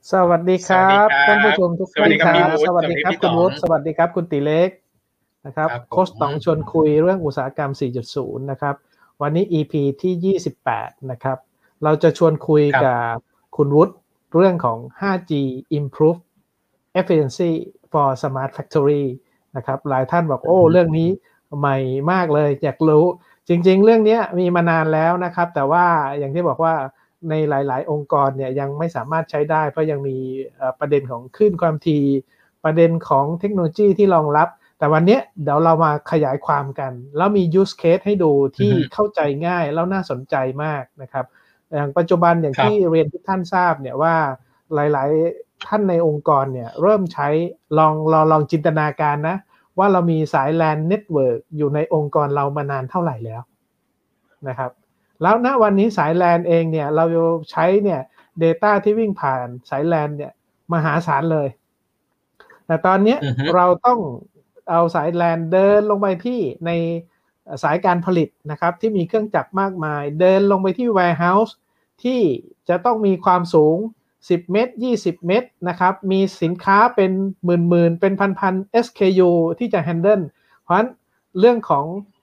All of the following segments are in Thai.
สวัสดีครับท่านผู้ชมทุกท่านครับสวัสดีครับคุณวุฒิสวัสดีครับคุณติเล็กนะครับโค้ชต๋องชวนคุยเรื่องอุตสาหกรรม 4.0 นะครับวันนี้ EP ที่28นะครับเราจะชวนคุยกับคุณวุฒิเรื่องของ 5G Improve Efficiency for Smart Factory นะครับหลายท่านบอกโอ้เรื่องนี้ใหม่มากเลยอยากรู้จริงๆเรื่องนี้มีมานานแล้วนะครับแต่ว่าอย่างที่บอกว่าในหลายๆองค์กรเนี่ยยังไม่สามารถใช้ได้เพราะยังมีประเด็นของคลื่นความถี่ประเด็นของเทคโนโลยีที่รองรับแต่วันนี้เดี๋ยวเรามาขยายความกันแล้วมี use case ให้ดูที่เข้าใจง่ายแล้วน่าสนใจมากนะครับอย่างปัจจุบันอย่างที่เรียนทุกท่านทราบเนี่ยว่าหลายๆท่านในองค์กรเนี่ยเริ่มใช้ลองจินตนาการนะว่าเรามีสาย LAN Network อยู่ในองค์กรเรามานานเท่าไหร่แล้วนะครับแล้วณวันนี้สาย LAN เองเนี่ยเราใช้เนี่ย data ที่วิ่งผ่านสาย LAN เนี่ยมหาศาลเลยแต่ตอนนี้เราต้องเอาสาย LAN เดินลงไปที่ในสายการผลิตนะครับที่มีเครื่องจักรมากมายเดินลงไปที่ warehouse ที่จะต้องมีความสูง10 เมตร20 เมตรนะครับมีสินค้าเป็นหมื่นเป็นพัน SKU ที่จะ handle เพราะฉะนั้นเรื่องของ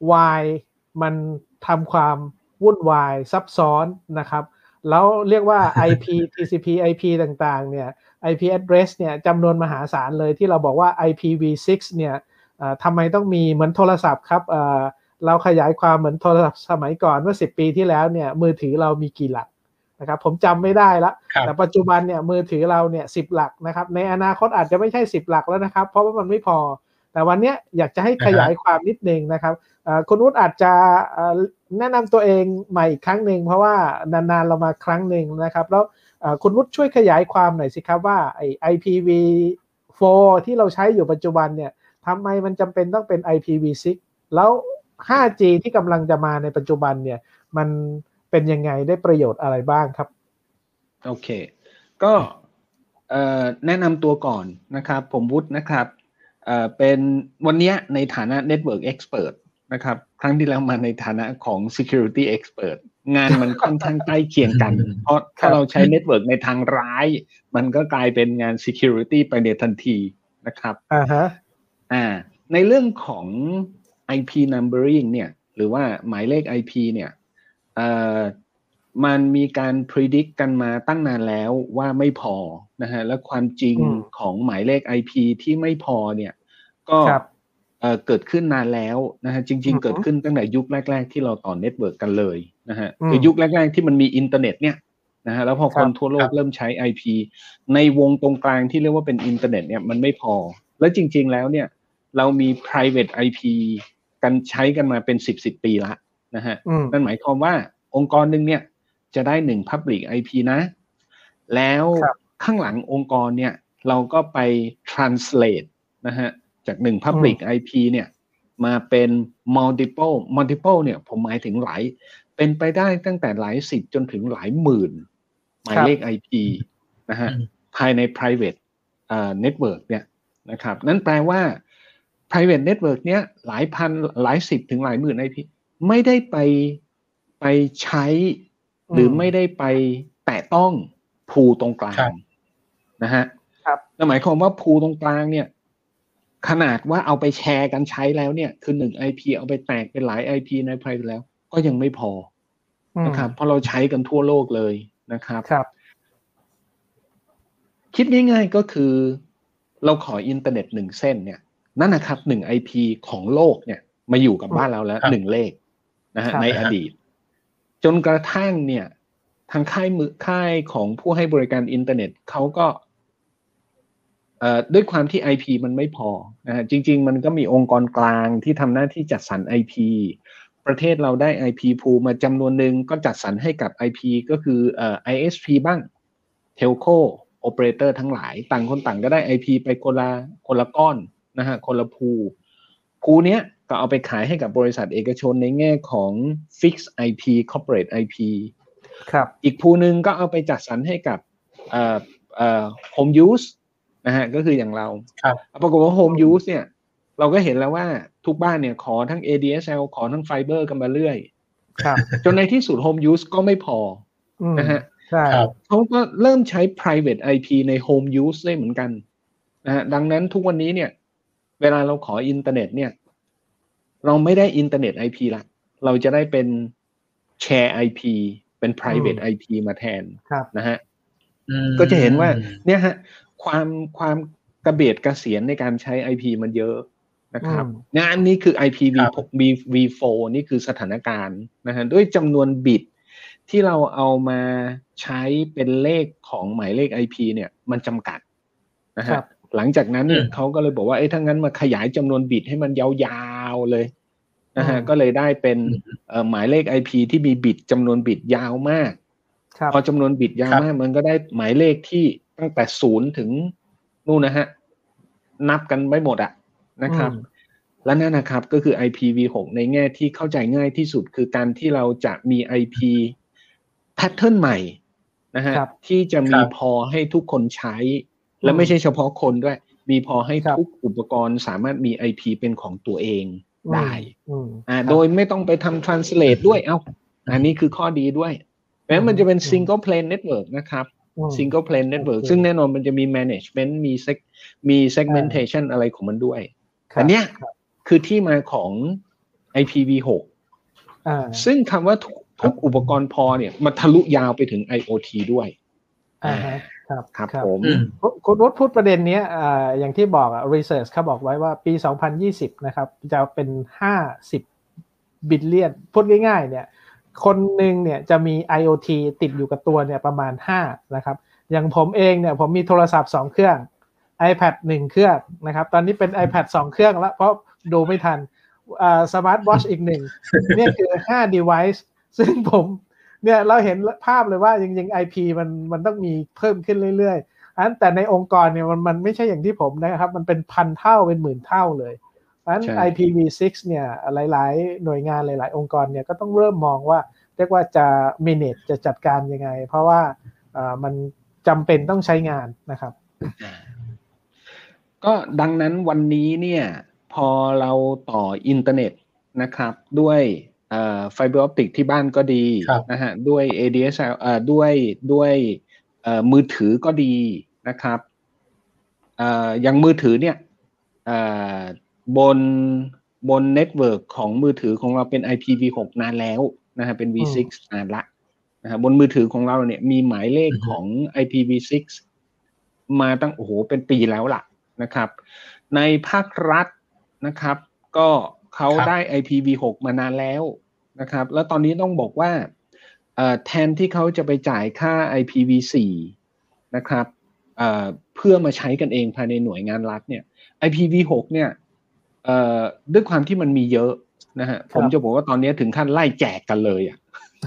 Y มันทำความวุ่นวายซับซ้อนนะครับแล้วเรียกว่า IP TCP IP ต่างๆเนี่ย IP address เนี่ยจำนวนมหาศาลเลยที่เราบอกว่า IPv6 เนี่ยทำไมต้องมีเหมือนโทรศัพท์ครับเราขยายความเหมือนโทรศัพท์สมัยก่อนเมื่อ10 ปีที่แล้วเนี่ยมือถือเรามีกี่หลักนะครับผมจำไม่ได้ละแต่ปัจจุบันเนี่ยมือถือเราเนี่ย10 หลักนะครับในอนาคตอาจจะไม่ใช่10 หลักแล้วนะครับเพราะว่ามันไม่พอแต่วันนี้อยากจะให้ขยายความนิดนึงนะครับคุณวุฒิอาจจะแนะนำตัวเองใหม่อีกครั้งหนึ่งเพราะว่านานๆเรามาครั้งหนึ่งนะครับแล้วคุณวุฒิช่วยขยายความหน่อยสิครับว่าไอ้ IPv4 ที่เราใช้อยู่ปัจจุบันเนี่ยทำไมมันจำเป็นต้องเป็น IPv6 แล้ว 5G ที่กำลังจะมาในปัจจุบันเนี่ยมันเป็นยังไงได้ประโยชน์อะไรบ้างครับโอเคก็แนะนำตัวก่อนนะครับผมวุฒินะครับเป็นวันนี้ในฐานะ Network Expert นะครับครั้งที่แล้วมาในฐานะของ Security Expert งานมันค่อนข้างใกล้เคียงกันเพราะถ้าเราใช้ Network ในทางร้ายมันก็กลายเป็นงาน Security ไปในทันทีนะครับในเรื่องของ IP numbering เนี่ยหรือว่าหมายเลข IP เนี่ยมันมีการ predict กันมาตั้งนานแล้วว่าไม่พอนะฮะและความจริงของหมายเลข IP ที่ไม่พอเนี่ยก็เกิดขึ้นนานแล้วนะฮะจริงๆเกิดขึ้นตั้งแต่ยุคแรกๆที่เราต่อเน็ตเวิร์กกันเลยนะฮะคือยุคแรกๆที่มันมีอินเทอร์เน็ตเนี่ยนะฮะแล้วพอคนทั่วโลกเริ่มใช้ IP ในวงตรงกลางที่เรียกว่าเป็นอินเทอร์เน็ตเนี่ยมันไม่พอแล้วจริงๆแล้วเนี่ยเรามี private IP กันใช้กันมาเป็น10 ปีละนะฮะนั่นหมายความว่าองค์กรนึงเนี่ยจะได้1 Public IP นะแล้วข้างหลังองค์กรเนี่ยเราก็ไป translate นะฮะจาก1 Public IP เนี่ยมาเป็น multiple เนี่ยผมหมายถึงหลายเป็นไปได้ตั้งแต่หลายสิบจนถึงหลายหมื่นหมายเลข IP นะฮะภายใน private network เนี่ยนะครับนั่นแปลว่า private network เนี้ยหลายพันหลายสิบถึงหลายหมื่น IP ไม่ได้ไปใช้หรือไม่ได้ไปแตะต้องพูตรงกลางนะฮะนั่นหมายความว่าพูตรงกลางเนี่ยขนาดว่าเอาไปแชร์กันใช้แล้วเนี่ยคือ1 IP เอาไปแตกเป็นหลาย IP ใน private แล้วก็ยังไม่พอนะครับเพราะเราใช้กันทั่วโลกเลยนะครับคิดง่ายๆก็คือเราขออินเทอร์เน็ต1 เส้นเนี่ยนั่นนะครับ1 IP ของโลกเนี่ยมาอยู่กับบ้านเราแล้ว1 เลขนะฮะในอดีตจนกระทั่งเนี่ยทางค่ายของผู้ให้บริการอินเทอร์เน็ตเขาก็ด้วยความที่ IP มันไม่พอนะฮะจริงๆมันก็มีองค์กรกลางที่ทำหน้าที่จัดสรร IP ประเทศเราได้ IP pool มาจำนวนหนึ่งก็จัดสรรให้กับ IP ก็คือISP บ้าง Telco Operator ทั้งหลายต่างคนต่างก็ได้ IP ไปคนละก้อนนะฮะคนละพูเนี้ยก็เอาไปขายให้กับบริษัทเอกชนในแง่ของ Fixed IP Corporate IP ครับอีกพูนึงก็เอาไปจัดสรรให้กับHome Use นะฮะก็คืออย่างเราปรากฏว่า Home Use เนี่ยเราก็เห็นแล้วว่าทุกบ้านเนี่ยขอทั้ง ADSL ขอทั้งไฟเบอร์กันมาเรื่อยจนในที่สุด Home Use ก็ไม่พอนะฮะใช่เขาก็เริ่มใช้ private IP ใน home use ได้เหมือนกันนะฮะดังนั้นทุกวันนี้เนี่ยเวลาเราขออินเทอร์เน็ตเนี่ยเราไม่ได้อินเทอร์เน็ต IP ละเราจะได้เป็นแชร์ IP เป็น private IP มาแทนนะฮะก็จะเห็นว่าเนี่ยฮะความกระเบียดกระเสียนในการใช้ IP มันเยอะนะครับงานนี้คือ IPv4 นี่คือสถานการณ์นะฮะด้วยจำนวนบิตที่เราเอามาใช้เป็นเลขของหมายเลข IP เนี่ยมันจำกัดนะฮะหลังจากนั้นเนี่ยเขาก็เลยบอกว่าถ้างั้นมาขยายจำนวนบิตให้มันยาวๆเลยนะฮะก็เลยได้เป็นหมายเลข IP ที่มีบิตจำนวนบิตยาวมากพอจำนวนบิตยาวมากมันก็ได้หมายเลขที่ตั้งแต่0ถึงนู่นนะฮะนับกันไม่หมดอะนะครับและนั่นนะครับก็คือ IPv6 ในแง่ที่เข้าใจง่ายที่สุดคือการที่เราจะมี IP pattern ใหม่นะฮะที่จะมีพอให้ทุกคนใช้และไม่ใช่เฉพาะคนด้วยมีพอให้ทุกอุปกรณ์สามารถมี IP เป็นของตัวเองได้โดยไม่ต้องไปทำ translate ด้วยอันนี้คือข้อดีด้วยเพราะฉะนั้นมันจะเป็น single plane network นะครับ single plane network ซึ่งแน่นอนมันจะมี management มี segmentation อะไรของมันด้วยอันเนี้ยคือที่มาของ IPv6 ซึ่งคำว่าทุกอุปกรณ์พอเนี่ยมันทะลุยาวไปถึง IoT ด้วยครับผมคุณวุฒิพูดประเด็นนี้อย่างที่บอกresearch เขาบอกไว้ว่าปี2020นะครับจะเป็น50 บิลเลียนพูดง่ายๆเนี่ยคนหนึ่งเนี่ยจะมี IoT ติดอยู่กับตัวเนี่ยประมาณ5นะครับอย่างผมเองเนี่ยผมมีโทรศัพท์2เครื่อง iPad 1เครื่องนะครับตอนนี้เป็น iPad 2เครื่องแล้วเพราะดูไม่ทันSmart Watch อีก1เนี่ยคือ5 device ซึ่งผมเนี่ยเราเห็นภาพเลยว่าจริงๆ IP มันต้องมีเพิ่มขึ้นเรื่อยๆอันแต่ในองค์กรเนี่ยมันไม่ใช่อย่างที่ผมนะครับมันเป็นพันเท่าเป็นหมื่นเท่าเลยอัน IPv6 เนี่ยหลายๆหน่วยงานหลายๆองค์กรเนี่ยก็ต้องเริ่มมองว่าเรียกว่าจะ manage จะจัดการยังไงเพราะว่ามันจำเป็นต้องใช้งานนะครับก็ดังนั้นวันนี้เนี่ยพอเราต่ออินเทอร์เน็ตนะครับด้วยไฟเบอร์ออปติกที่บ้านก็ดีนะฮะด้วย ADSL ด้วยมือถือก็ดีนะครับอย่างมือถือเนี่ยบนเน็ตเวิร์กของมือถือของเราเป็น IPv6 นานแล้วนะฮะเป็น V6 นานละนะฮะบนมือถือของเราเนี่ยมีหมายเลขของ IPv6 มาตั้งเป็นปีแล้วล่ะนะครับในภาครัฐนะครับก็เขาได้ IPv6 มานานแล้วนะครับแล้วตอนนี้ต้องบอกว่าแทนที่เขาจะไปจ่ายค่า IPv4 นะครับเพื่อมาใช้กันเองภายในหน่วยงานรัฐเนี่ย IPv6 เนี่ยด้วยความที่มันมีเยอะนะฮะผมจะบอกว่าตอนนี้ถึงขั้นไล่แจกกันเลยอ่ะ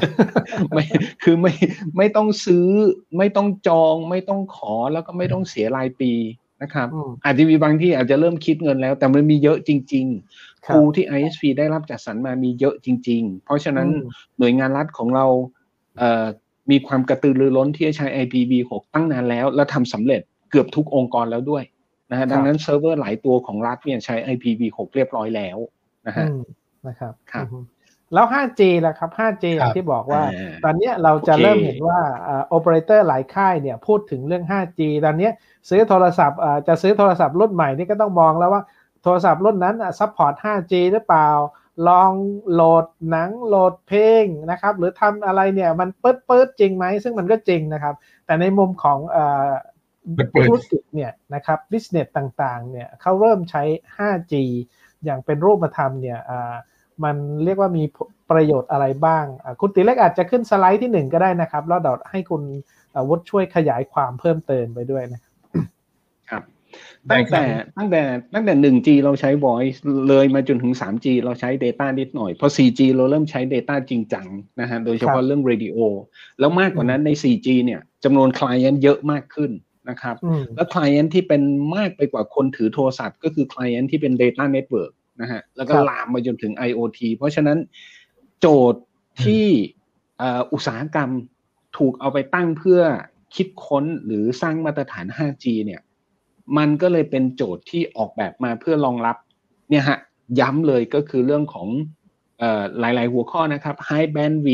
ไม่ต้องซื้อไม่ต้องจองไม่ต้องขอแล้วก็ไม่ต้องเสียรายปีนะครับอาจจะมีบางที่อาจจะเริ่มคิดเงินแล้วแต่มันมีเยอะจริงๆคูที่ ISP ได้รับจัดสรรมามีเยอะจริงๆเพราะฉะนั้นหน่วยงานรัฐของเรามีความกระตือรือร้นที่จะใช้ IPv6 ตั้งนานแล้วและทำสำเร็จเกือบทุกองค์กรแล้วด้วยนะฮะดังนั้นเซิร์ฟเวอร์หลายตัวของรัฐเนี่ยใช้ IPv6 เรียบร้อยแล้วนะฮะนะครับแล้ว 5G ล่ะครับ 5G อย่างที่บอกว่าตอนนี้เราจะเริ่มเห็นว่าโอเปอเรเตอร์หลายค่ายเนี่ยพูดถึงเรื่อง 5G ตอนนี้ซื้อโทรศัพท์จะซื้อโทรศัพท์รุ่นใหม่นี่ก็ต้องมองแล้วว่าโทรศัพท์รุ่นนั้นซัพพอร์ต 5G หรือเปล่าลองโหลดหนังโหลดเพลงนะครับหรือทำอะไรเนี่ยมันปื๊ดจริงไหมซึ่งมันก็จริงนะครับแต่ในมุมของธุรกิจเนี่ยนะครับ business ต่างๆเนี่ยเขาเริ่มใช้ 5G อย่างเป็นรูปธรรมเนี่ยมันเรียกว่ามีประโยชน์อะไรบ้างคุณติเล็กอาจจะขึ้นสไลด์ที่1ก็ได้นะครับแล้วเดี๋ยวให้คุณวุฒิช่วยขยายความเพิ่มเติมไปด้วยนะครับตั้งแต่ 1G เราใช้ voice เลยมาจนถึง 3G เราใช้ data นิดหน่อยพอ 4G เราเริ่มใช้ data จริงจังนะฮะโดยเฉพาะเรื่อง radio แล้วมากกว่านั้นใน 4G เนี่ยจำนวน client เยอะมากขึ้นนะครับแล้ว client ที่เป็นมากไปกว่าคนถือโทรศัพท์ก็คือ client ที่เป็น data networkนะฮะแล้วก็ลามมาจนถึง IoT เพราะฉะนั้นโจทย์ที่อุตสาหกรรมถูกเอาไปตั้งเพื่อคิดค้นหรือสร้างมาตรฐาน 5G เนี่ยมันก็เลยเป็นโจทย์ที่ออกแบบมาเพื่อรองรับเนี่ยฮะย้ำเลยก็คือเรื่องของหลายๆหัวข้อนะครับ High Bandwidth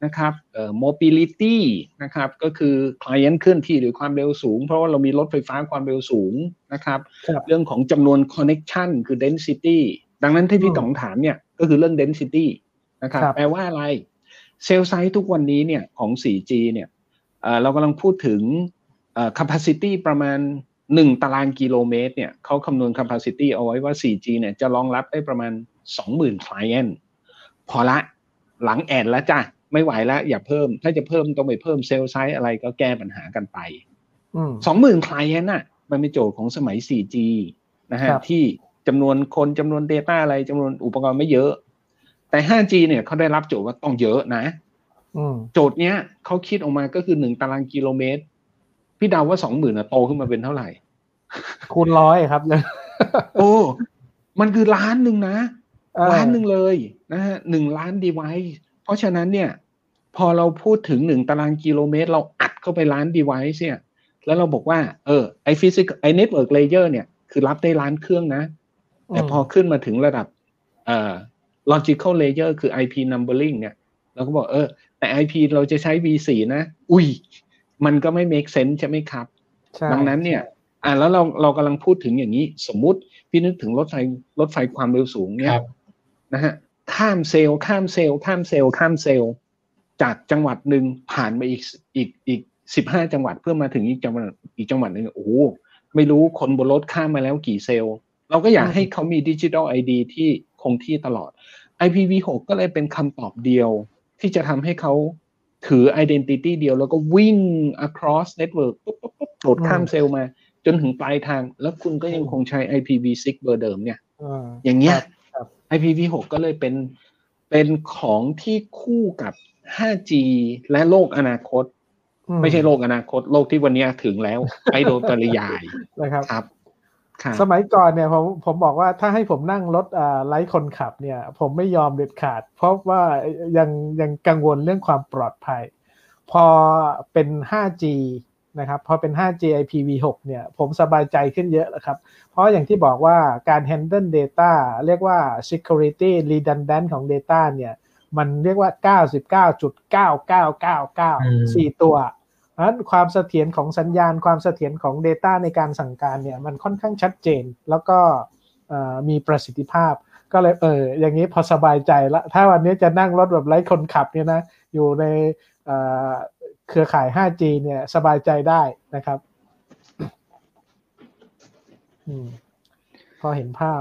นะครับmobility นะครับก็คือ client เคลื่อนที่หรือความเร็วสูงเพราะว่าเรามีรถไฟฟ้าความเร็วสูงนะครับเรื่องของจำนวน connection คือ density ดังนั้นที่พี่ต๋องถามเนี่ยก็คือเรื่อง density นะครับแปลว่าอะไรเซลล์ไซต์ทุกวันนี้เนี่ยของ 4G เนี่ยเรากำลังพูดถึงcapacity ประมาณ1ตารางกิโลเมตรเนี่ยเขาคำนวณ capacity เอาไว้ว่า 4G เนี่ยจะรองรับได้ประมาณ 20,000 client พอละหลังแอดแล้วจ้ะไม่ไหวแล้วอย่าเพิ่มถ้าจะเพิ่มต้องไปเพิ่มเซลล์ไซส์อะไรก็แก้ปัญหากันไป 20,000 client น่ะมันเป็นโจทย์ของสมัย 4G นะฮะที่จำนวนคนจำนวน data อะไรจำนวนอุปกรณ์ไม่เยอะแต่ 5G เนี่ยเขาได้รับโจทย์ว่าต้องเยอะนะโจทย์เนี้ยเขาคิดออกมาก็คือ1ตารางกิโลเมตรพี่เดาว่า 20,000 น่ะโตขึ้นมาเป็นเท่าไหร่คูณ100ครับโอ้มันคือล้านนึงนะล้านนึงเลยนะฮะ1ล้าน device เพราะฉะนั้นเนี่ยพอเราพูดถึง1ตารางกิโลเมตรเราอัดเข้าไปล้าน device เนี่ยแล้วเราบอกว่าไอ้ physical ไอ้ network layer เนี่ยคือรับได้ล้านเครื่องนะแต่พอขึ้นมาถึงระดับlogical layer คือ IP numbering เนี่ยเราก็บอกแต่ IP เราจะใช้ V4 นะอุ้ยมันก็ไม่ make sense ใช่ไหมครับดังนั้นเนี่ยแล้วเรากำลังพูดถึงอย่างนี้สมมุติพี่นึกถึงรถไฟความเร็วสูงเนี่ยนะฮะข้ามเซลล์จากจังหวัดหนึ่งผ่านไปอีก15จังหวัดเพื่อมาถึงอีกจังหวัดนึงโอ้ไม่รู้คนบนรถข้ามมาแล้วกี่เซลล์เราก็อยากให้เขามี Digital ID ที่คงที่ตลอด IPv6 ก็เลยเป็นคำตอบเดียวที่จะทำให้เขาถือ identity เดียวแล้วก็วิ่ง across network ปุ๊บโดดข้ามเซลล์มาจนถึงปลายทางแล้วคุณก็ยังคงใช้ IPv6 เบอร์เดิมเนี่ยอย่างเงี้ย IPv6 ก็เลยเป็นของที่คู่กับ 5G และโลกอนาคตไม่ใช่โลกอนาคตโลกที่วันนี้ถึงแล้วไปโดยปริยายนะครับสมัยก่อนเนี่ยผมบอกว่าถ้าให้ผมนั่งรถไร้คนขับเนี่ยผมไม่ยอมเด็ดขาดเพราะว่ายังกังวลเรื่องความปลอดภัยพอเป็น 5G นะครับพอเป็น 5G IPv6 เนี่ยผมสบายใจขึ้นเยอะแล้วครับเพราะอย่างที่บอกว่าการ handle data เรียกว่า security redundant ของ data เนี่ยมันเรียกว่า 99.9999 4 ตัวเพราะฉะนั้นความเสถียรของสัญญาณความเสถียรของ data ในการสั่งการเนี่ยมันค่อนข้างชัดเจนแล้วก็มีประสิทธิภาพก็เลยอย่างนี้พอสบายใจละถ้าวันนี้จะนั่งรถแบบไร้คนขับเนี่ยนะอยู่ในเครือข่าย 5G เนี่ยสบายใจได้นะครับพอเห็นภาพ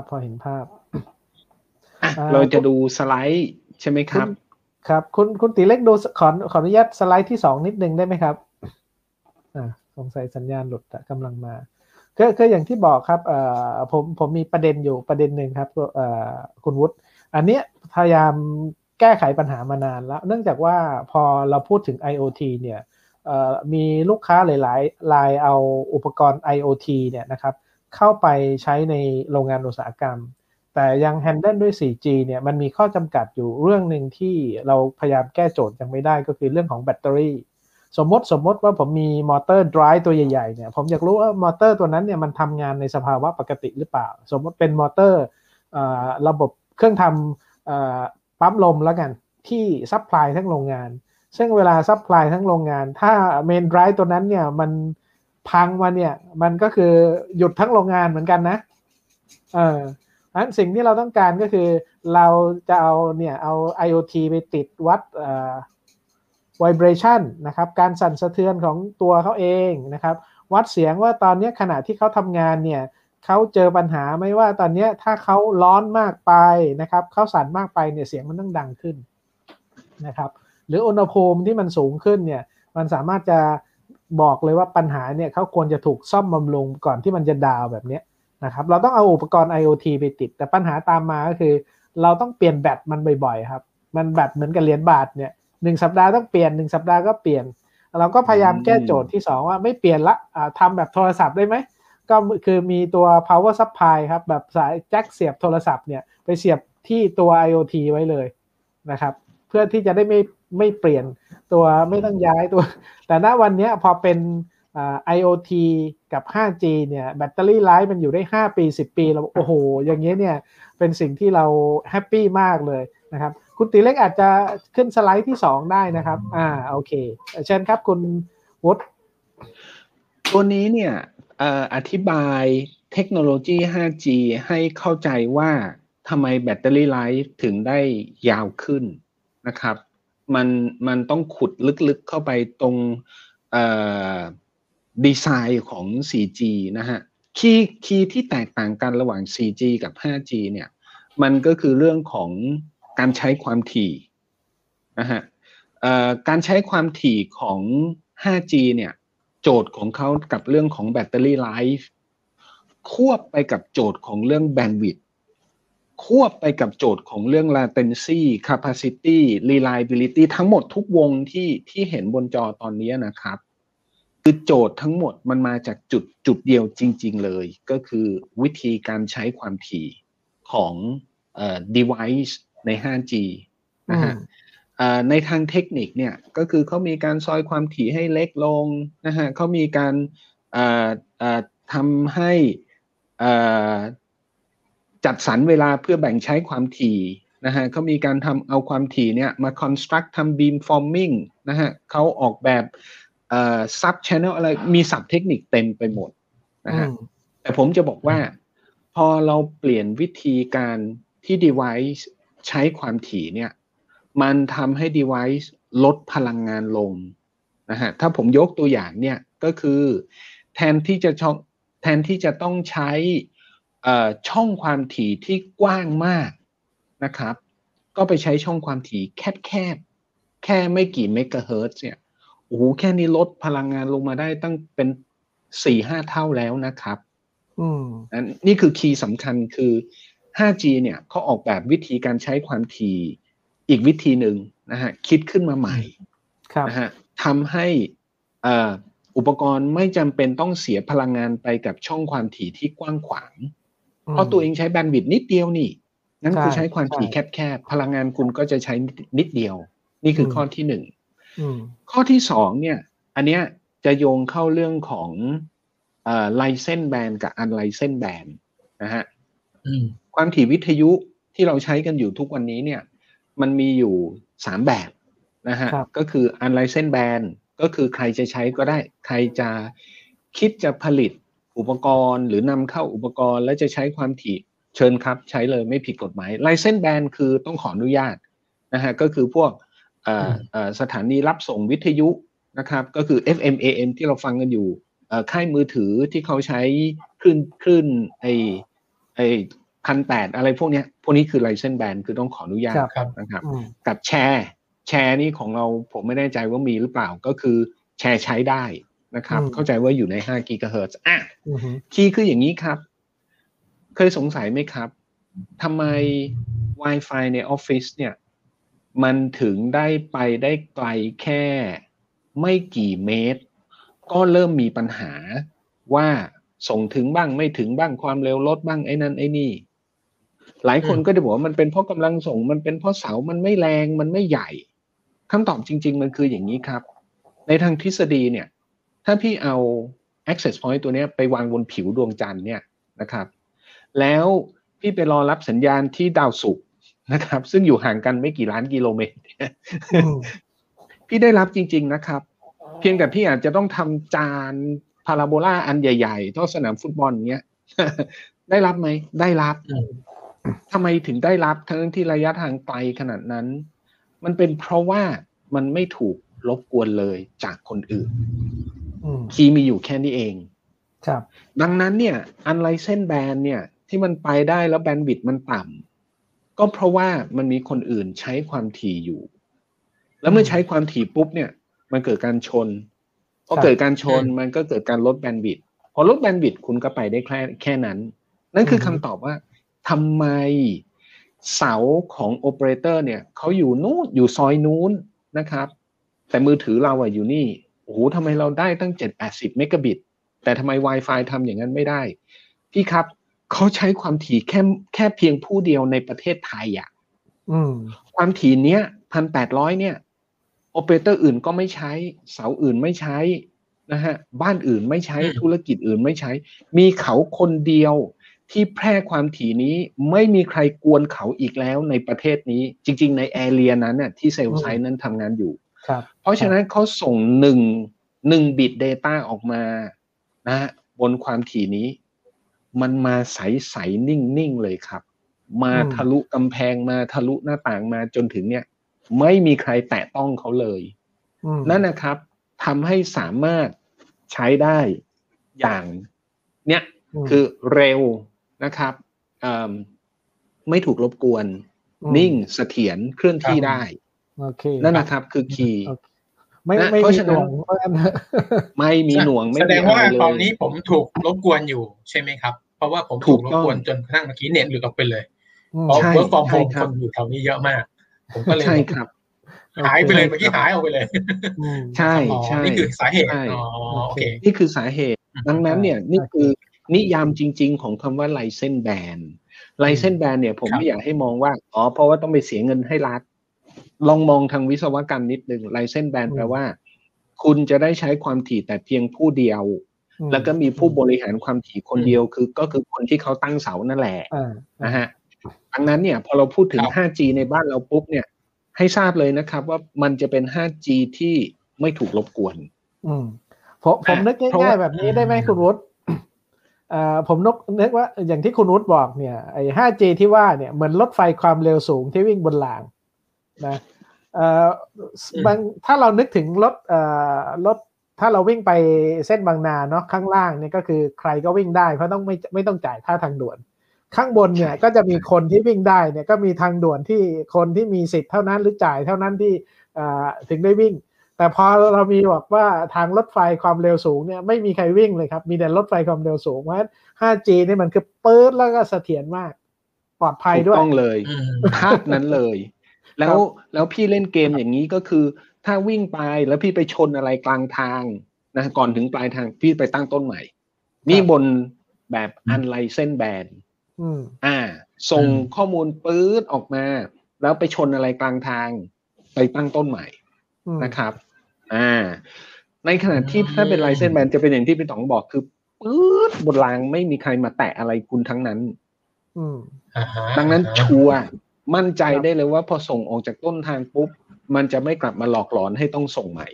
เราจะดูสไลด์ใช่ไหมครับครับคุณตีเล็กดูขออนุญาตสไลด์ที่2นิดนึงได้ไหมครับสงสัยสัญญาณหลุดกำลังมาคืออย่างที่บอกครับผมมีประเด็นอยู่ประเด็นหนึ่งครับคุณวุฒิอันนี้พยายามแก้ไขปัญหามานานแล้วเนื่องจากว่าพอเราพูดถึง IoT เนี่ยมีลูกค้าหลายๆรายเอาอุปกรณ์ IoT เนี่ยนะครับเข้าไปใช้ในโรงงานอุตสาหกรรมแต่ยัง handle ด้วย 4G เนี่ยมันมีข้อจำกัดอยู่เรื่องหนึ่งที่เราพยายามแก้โจทย์ยังไม่ได้ก็คือเรื่องของแบตเตอรี่สมมติว่าผมมีมอเตอร์ไดรฟ์ตัวใหญ่ๆเนี่ยผมอยากรู้ว่ามอเตอร์ตัวนั้นเนี่ยมันทำงานในสภาวะปกติหรือเปล่าสมมติเป็นมอเตอร์ระบบเครื่องทำปั๊มลมแล้วกันที่ซัพพลายทั้งโรงงานซึ่งเวลาซัพพลายทั้งโรงงานถ้าเมนไดรฟ์ตัวนั้นเนี่ยมันพังมาเนี่ยมันก็คือหยุดทั้งโรงงานเหมือนกันนะอันสิ่งที่เราต้องการก็คือเราจะเอา IoT ไปติดวัดvibration นะครับการสั่นสะเทือนของตัวเขาเองนะครับวัดเสียงว่าตอนนี้ขณะที่เขาทำงานเนี่ยเขาเจอปัญหาไหมว่าตอนนี้ถ้าเขาร้อนมากไปนะครับเขาสั่นมากไปเนี่ยเสียงมันต้องดังขึ้นนะครับหรืออุณหภูมิที่มันสูงขึ้นเนี่ยมันสามารถจะบอกเลยว่าปัญหาเนี่ยเขาควรจะถูกซ่อมบำรุงก่อนที่มันจะดาวแบบนี้นะครับเราต้องเอาอุปกรณ์ IoT ไปติดแต่ปัญหาตามมาก็คือเราต้องเปลี่ยนแบตมันบ่อยๆครับมันแบตเหมือนกับเหรียญบาทเนี่ย1 สัปดาห์ต้องเปลี่ยน1 สัปดาห์ก็เปลี่ยนเราก็พยายามแก้โจทย์ที่2ว่าไม่เปลี่ยนละทำแบบโทรศัพท์ได้ไหมก็คือมีตัว power supply ครับแบบสายแจ็คเสียบโทรศัพท์เนี่ยไปเสียบที่ตัว IoT ไว้เลยนะครับเพื่อที่จะได้ไม่เปลี่ยนตัวไม่ต้องย้ายตัวแต่ณวันนี้พอเป็นIoT กับ 5G เนี่ยแบตเตอรี่ไลฟ์มันอยู่ได้5 ปี 10 ปีเราโอ้โหอย่างเงี้ยเนี่ยเป็นสิ่งที่เราแฮปปี้มากเลยนะครับคุณตีเล็กอาจจะขึ้นสไลด์ที่2ได้นะครับโอเคเชิญครับคุณวุฒิตัวนี้เนี่ยอธิบายเทคโนโลยี 5G ให้เข้าใจว่าทำไมแบตเตอรี่ไลฟ์ถึงได้ยาวขึ้นนะครับมันต้องขุดลึกๆเข้าไปตรงดีไซน์ของ 4G นะฮะคีย์ที่แตกต่างกันระหว่าง 4G กับ 5G เนี่ยมันก็คือเรื่องของการใช้ความถี่นะฮะการใช้ความถี่ของ 5G เนี่ยโจทย์ของเขากับเรื่องของแบตเตอรี่ไลฟ์ควบไปกับโจทย์ของเรื่องแบนด์วิดท์ควบไปกับโจทย์ของเรื่อง latency capacity reliability ทั้งหมดทุกวงที่เห็นบนจอตอนนี้นะครับคือโจทย์ทั้งหมดมันมาจากจุดเดียวจริงๆเลยก็คือวิธีการใช้ความถี่ของdevice ใน 5G นะฮะในทางเทคนิคเนี่ยก็คือเขามีการซอยความถี่ให้เล็กลงนะฮะเขามีการทำให้จัดสรรเวลาเพื่อแบ่งใช้ความถี่นะฮะเขามีการทำเอาความถี่เนี่ยมา construct ทำ beam forming นะฮะเขาออกแบบsub channel อะไรมีศัพท์เทคนิคเต็มไปหมดนะฮะแต่ผมจะบอกว่าพอเราเปลี่ยนวิธีการที่ device ใช้ความถี่เนี่ยมันทำให้ device ลดพลังงานลงนะฮะถ้าผมยกตัวอย่างเนี่ยก็คือแทนที่จะต้องใช้ช่องความถี่ที่กว้างมากนะครับก็ไปใช้ช่องความถี่แคบแค่ไม่กี่เมกะเฮิรตซ์เนี่ยโอ้โหแค่นี้ลดพลังงานลงมาได้ตั้งเป็น 4-5 เท่าแล้วนะครับนี่คือคีย์สำคัญคือ 5G เนี่ยเขาออกแบบวิธีการใช้ความถี่อีกวิธีหนึ่งนะฮะคิดขึ้นมาใหม่นะฮะทำให้อุปกรณ์ไม่จำเป็นต้องเสียพลังงานไปกับช่องความถี่ที่กว้างขวางเพราะตัวเองใช้แบนด์วิดท์นิดเดียวนี่นั่นคือใช้ความถี่แคบๆพลังงานคุณก็จะใช้นิดเดียวนี่คือข้อที่1ข้อที่2เนี่ยอันเนี้ยจะโยงเข้าเรื่องของlicense band กับ unlicensed band นะฮะความถี่วิทยุที่เราใช้กันอยู่ทุกวันนี้เนี่ยมันมีอยู่3แบบนะฮะก็คือ unlicensed band ก็คือใครจะใช้ก็ได้ใครจะคิดจะผลิตอุปกรณ์หรือนำเข้าอุปกรณ์และจะใช้ความถี่เชิญครับใช้เลยไม่ผิดกฎหมาย license band คือต้องขออนุญาตนะฮะก็คือพวกสถานีรับส่งวิทยุนะครับก็คือ FM AM ที่เราฟังกันอยู่ค่ายมือถือที่เขาใช้คลื่นไอ1,800อะไรพวกนี้คือ license band คือต้องขออนุญาตนะครับกับแชร์นี่ของเราผมไม่แน่ใจว่ามีหรือเปล่าก็คือแชร์ใช้ได้นะครับเข้าใจว่าอยู่ใน5 กิกะเฮิรตซ์คีย์คืออย่างนี้ครับเคยสงสัยไหมครับทำไม Wi-Fi ในออฟฟิศเนี่ยมันถึงได้ไปได้ไกลแค่ไม่กี่เมตรก็เริ่มมีปัญหาว่าส่งถึงบ้างไม่ถึงบ้างความเร็วลดบ้างไอ้นั่นไอ้นี่หลายคนก็จะบอกว่ามันเป็นเพราะกำลังส่งมันเป็นเพราะเสามันไม่แรงมันไม่ใหญ่คำตอบจริงๆมันคืออย่างนี้ครับในทางทฤษฎีเนี่ยถ้าพี่เอา access point ตัวนี้ไปวางบนผิวดวงจันทร์เนี่ยนะครับแล้วพี่ไปรอรับสัญญาณที่ดาวศุกร์นะครับซึ่งอยู่ห่างกันไม่กี่ล้านกิโลเมตรพี่ได้รับจริงๆนะครับเพียงแต่พี่อาจจะต้องทำจานพาราโบลาอันใหญ่ๆเท่าสนามฟุตบอลเงี้ยได้รับไหมได้รับทำไมถึงได้รับทั้งที่ระยะทางไกลขนาดนั้นมันเป็นเพราะว่ามันไม่ถูกรบกวนเลยจากคนอื่นคีย์มีอยู่แค่นี้เองครับดังนั้นเนี่ยunlicensed band เนี่ยที่มันไปได้แล้วแบนด์วิดต์มันต่ำก็เพราะว่ามันมีคนอื่นใช้ความถี่อยู่แล้วเมื่อใช้ความถี่ปุ๊บเนี่ยมันเกิดการชนพอเกิดการชนมันก็เกิดการลดแบนด์วิดต์พอลดแบนด์วิดต์คุณก็ไปได้แค่นั้นนั่นคือคำตอบว่าทำไมเสาของโอเปอเรเตอร์เนี่ยเขาอยู่นู้นอยู่ซอยนู้นนะครับแต่มือถือเราอะอยู่นี่โอ้โหทำไมเราได้ตั้ง780เมกะบิตแต่ทำไม Wi-Fi ทำอย่างนั้นไม่ได้พี่ครับเขาใช้ความถี่แค่เพียงผู้เดียวในประเทศไทยอ่ะความถี่เนี้ย1,800เนี่ยโอเปอเรเตอร์อื่นก็ไม่ใช้เสาอื่นไม่ใช้นะฮะบ้านอื่นไม่ใช้ธุรกิจอื่นไม่ใช้มีเขาคนเดียวที่แพร่ความถี่นี้ไม่มีใครกวนเขาอีกแล้วในประเทศนี้จริงๆในแอเรียนั้นน่ะที่เซลล์ไซต์นั้นทำงานอยู่เพราะฉะนั้นเขาส่ง1 บิต data ออกมานะบนความถี่นี้มันมาใสๆนิ่งๆเลยครับมาทะลุกำแพงมาทะลุหน้าต่างมาจนถึงเนี่ยไม่มีใครแตะต้องเขาเลยนั่นนะครับทำให้สามารถใช้ได้อย่างเนี่ยคือเร็วนะครับไม่ถูกรบกวนนิ่งเสถียรเคลื่อนที่ได้นั่นนะครับคือคีย์ไม่มีหน่วงไม่มีหน่วงแสดงว่าตอนนี้ผมถูกรบกวนอยู่ใช่ไหมครับเพราะว่าผมถูกรบกวนจนกระทั่งเมื่อกี้เน็ตหลุดออกไปเลยเพราะ work from home คนอยู่แถวนี้เยอะมากผมก็เลยใช่ครับหายไปเลยเมื่อกี้หายออกไปเลยใช่ใช่นี่คือสาเหตุโอเคนี่คือสาเหตุดังนั้นเนี่ยนี่คือนิยามจริงๆของคำว่า license ban license ban เนี่ยผมไม่อยากให้มองว่าเพราะว่าต้องไปเสียเงินให้รัฐลองมองทางวิศวกรรมนิดนึง license ban แปลว่าคุณจะได้ใช้ความถี่แต่เพียงผู้เดียวแล้วก็มีผู้บริหารความถี่คนเดียวก็คือคนที่เขาตั้งเสานั่นแหละนะฮะดังนั้นเนี่ยพอเราพูดถึง 5G ในบ้านเราปุ๊บเนี่ยให้ทราบเลยนะครับว่ามันจะเป็น 5G ที่ไม่ถูกรบกวนผมนึกง่ายๆแบบนี้ได้ไหมคุณวุฒิผมนึกว่าอย่างที่คุณวุฒิบอกเนี่ยไอ้ 5G ที่ว่าเนี่ยเหมือนรถไฟความเร็วสูงที่วิ่งบนรางนะถ้าเรานึกถึงรถถ้าเราวิ่งไปเส้นบางนาเนาะข้างล่างเนี่ยก็คือใครก็วิ่งได้เพราะไม่ต้องจ่ายค่าทางด่วนข้างบนเนี่ยก็จะมีคนที่วิ่งได้เนี่ยก็มีทางด่วนที่คนที่มีสิทธิ์เท่านั้นหรือจ่ายเท่านั้นที่ถึงได้วิ่งแต่พอเรามีบอกว่าทางรถไฟความเร็วสูงเนี่ยไม่มีใครวิ่งเลยครับมีแต่รถไฟความเร็วสูงเพราะฉะนั้น 5G นี่มันคือปื๊ดแล้วก็เสถียรมากปลอดภัยด้วยต้องเลยภาพนั้นเลยแล้วพี่เล่นเกมอย่างนี้ก็คือถ้าวิ่งไปแล้วพี่ไปชนอะไรกลางทางนะก่อนถึงปลายทางพี่ไปตั้งต้นใหม่นี่บนแบบ unlicensed band ส่งข้อมูลปื๊ดออกมาแล้วไปชนอะไรกลางทางไปตั้งต้นใหม่นะครับในขณะที่ถ้าเป็น license band จะเป็นอย่างที่พี่ต๋องบอกคือปื๊ดบนรางไม่มีใครมาแตะอะไรคุณทั้งนั้นดังนั้นชัวร์มั่นใจได้เลยว่าพอส่งออกจากต้นทางปุ๊บมันจะไม่กลับมาหลอกหลอนให้ต้องส่งใหม่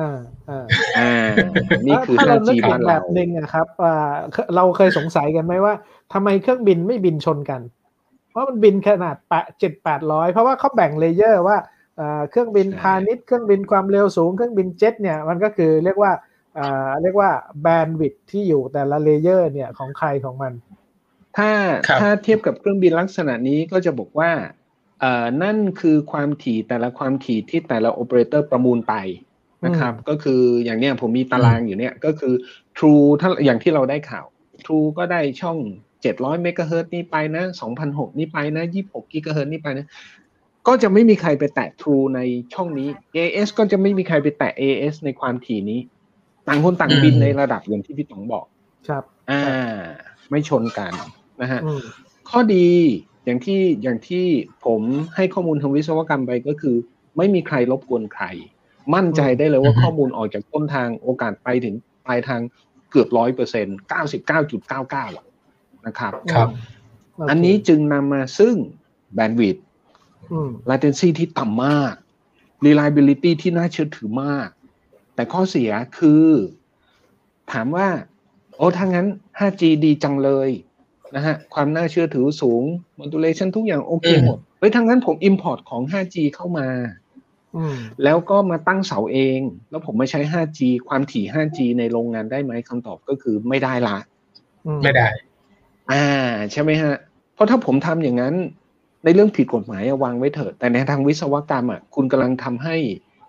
นี่คือ 5G บ้านเราแบบนึงนะครับเราเคยสงสัยกันไหมว่าทำไมเครื่องบินไม่บินชนกันเพราะมันบินขนาด700-800เพราะว่าเขาแบ่งเลเยอร์ว่าเครื่องบินพาณิชย์เครื่องบินความเร็วสูงเครื่องบินเจ็ตเนี่ยมันก็คือเรียกว่าแบนด์วิดท์ที่อยู่แต่ละเลเยอร์เนี่ยของใครของมันถ้าเทียบกับเครื่องบินลักษณะนี้ก็จะบอกว่านั่นคือความถี่แต่ละความถี่ที่แต่ละโอเปอเรเตอร์ประมูลไปนะครับก็คืออย่างเนี้ยผมมีตารางอยู่เนี่ยก็คือ True ถ้าอย่างที่เราได้ข่าว True ก็ได้ช่อง700เมกะเฮิรตซ์นี่ไปนะ2006นี่ไปนะ26กิกะเฮิรตซ์นี่ไปนะก็จะไม่มีใครไปแตะ True ในช่องนี้ AS ก็จะไม่มีใครไปแตะ AS ในความถี่นี้ต่างคนต่างบินในระดับอย่างที่พี่ต๋องบอกครับไม่ชนกันนะฮะข้อดีอย่างที่ผมให้ข้อมูลทางวิศวกรรมไปก็คือไม่มีใครรบกวนใครมั่นใจได้เลยว่าข้อมูลออกจากต้นทางโอกาสไปถึงปลายทางเกือบ 100% 99.99 นะครับอันนี้จึงนำมาซึ่ง bandwidth latency ที่ต่ำมาก reliability ที่น่าเชื่อถือมากแต่ข้อเสียคือถามว่าถ้างั้น 5G ดีจังเลยนะฮะความน่าเชื่อถือสูง modulation ทุกอย่างโอเคหมดถ้างั้นผม import ของ 5G เข้ามาแล้วก็มาตั้งเสาเองแล้วผมไม่ใช้ 5G ความถี่ 5G ในโรงงานได้ไหมคำตอบก็คือไม่ได้ละไม่ได้ใช่ไหมฮะเพราะถ้าผมทำอย่างนั้นในเรื่องผิดกฎหมายวางไว้เถิดแต่ในทางวิศวกรรมคุณกำลังทำให้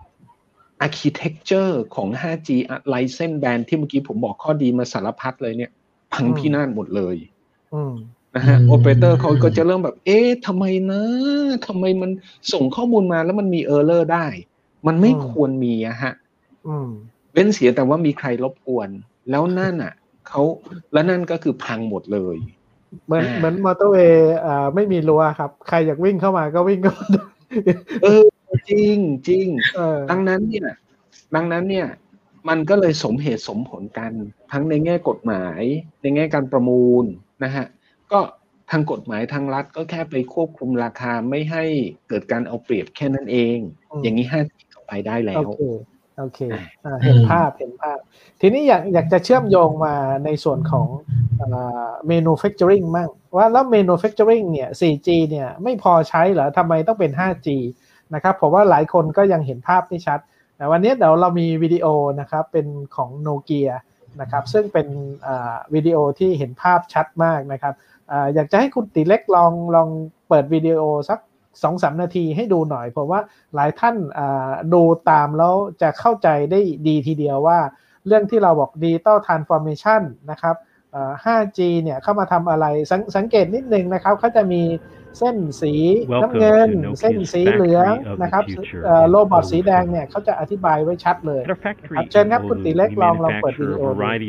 architecture ของ 5G license band ที่เมื่อกี้ผมบอกข้อดีมาสารพัดเลยเนี่ยพังพินาศหมดเลยนะฮะโอเปอเรเตอร์เขาก็จะเริ่มแบบทำไมมันส่งข้อมูลมาแล้วมันมี error ได้มันไม่ควรมีฮะเว้นเสียแต่ว่ามีใครรบกวนแล้วนั่นแล้วนั่นก็คือพังหมดเลยเหมือนมอเตอร์เวย์ไม่มีรั้วครับใครอยากวิ่งเข้ามาก็วิ่งเข้ามาจริงดังนั้นเนี่ยมันก็เลยสมเหตุสมผลกันทั้งในแง่กฎหมายในแง่การประมูลนะฮะก็ทางกฎหมายทางรัฐก็แค่ไปควบคุมราคาไม่ให้เกิดการเอาเปรียบแค่นั้นเองอย่างนี้ 5G เข้าไปได้แล้วโอเคเห็นภาพทีนี้อยากจะเชื่อมโยงมาในส่วนของmanufacturing มั่งว่าแล้ว manufacturing เนี่ย 4G เนี่ยไม่พอใช้เหรอทำไมต้องเป็น 5G นะครับผมว่าหลายคนก็ยังเห็นภาพไม่ชัดแต่วันนี้เดี๋ยวเรามีวิดีโอนะครับเป็นของโนเกียนะครับซึ่งเป็นวิดีโอที่เห็นภาพชัดมากนะครับอยากจะให้คุณติเล็กลองเปิดวิดีโอสัก 2-3 นาทีให้ดูหน่อยเพราะว่าหลายท่านดูตามแล้วจะเข้าใจได้ดีทีเดียวว่าเรื่องที่เราบอก Digital Transformation นะครับ5G เนี่ยเข้ามาทำอะไรสังเกตนิดนึงนะครับเขาจะมีเส้นสีน้ำเงินเส้นสีเหลืองนะครับโรบอทสีแดงเนี่ยเขาจะอธิบายไว้ชัดเลยครับเชิญครับคุณติเล็กลองเปิดวิดีโอ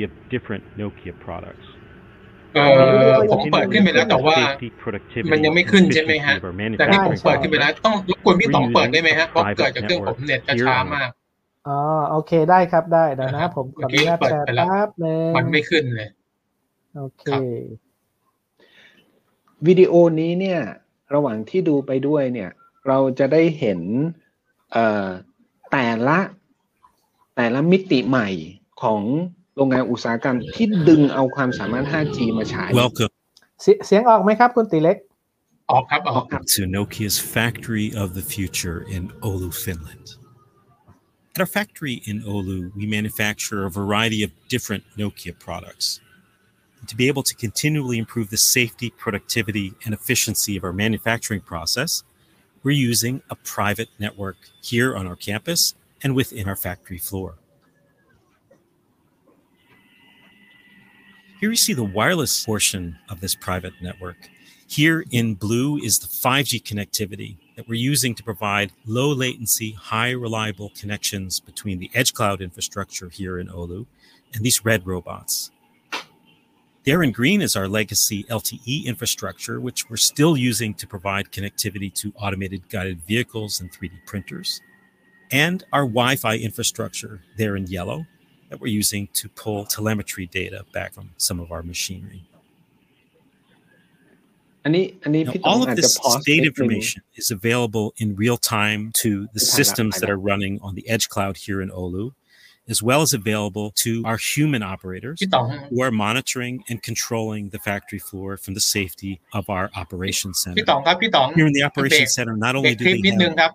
ผมเปิดขึ้นไปแล้วแต่ว่ามันยังไม่ขึ้นใช่ไหมฮะแต่ที่ผมเปิดขึ้นไปแล้วต้องรบกวนพี่ต๋องเปิดได้ไหมฮะเพราะเกิดจากเครื่องผมเน็ตจะช้ามากโอเคได้ครับได้เดี๋ยวนะผมขออนุญาตแชร์แป๊บนึงมันไม่ขึ้นเลยโอเควิดีโอนี้เนี่ยระหว่างที่ดูไปด้วยเนี่ยเราจะได้เห็นแต่ละมิติใหม่ของโรงงานอุตสาหกรรมที่ดึงเอาความสามารถ 5G มาใช้เสียงออกไหมครับคุณติเล็กออกครับ To Nokia's factory of the future in Oulu, Finland. At our factory in Oulu, we manufacture a variety of different Nokia products. And to be able to continually improve the safety, productivity, and efficiency of our manufacturing process, we're using a private network here on our campus and within our factory floor. Here you see the wireless portion of this private network. Here in blue is the 5G connectivity that we're using to provide low latency, high reliable connections between the edge cloud infrastructure here in Oulu and these red robots. There in green is our legacy LTE infrastructure, which we're still using to provide connectivity to automated guided vehicles and 3D printers. And our Wi-Fi infrastructure there in yellow that we're using to pull telemetry data back from some of our machinery. Now, all of this state information is available in real time to the systems that are running on the edge cloud here in Oulu, as well as available to our human operators who are monitoring and controlling the factory floor from the safety of our operations center. Here in the operations center, not only do they have...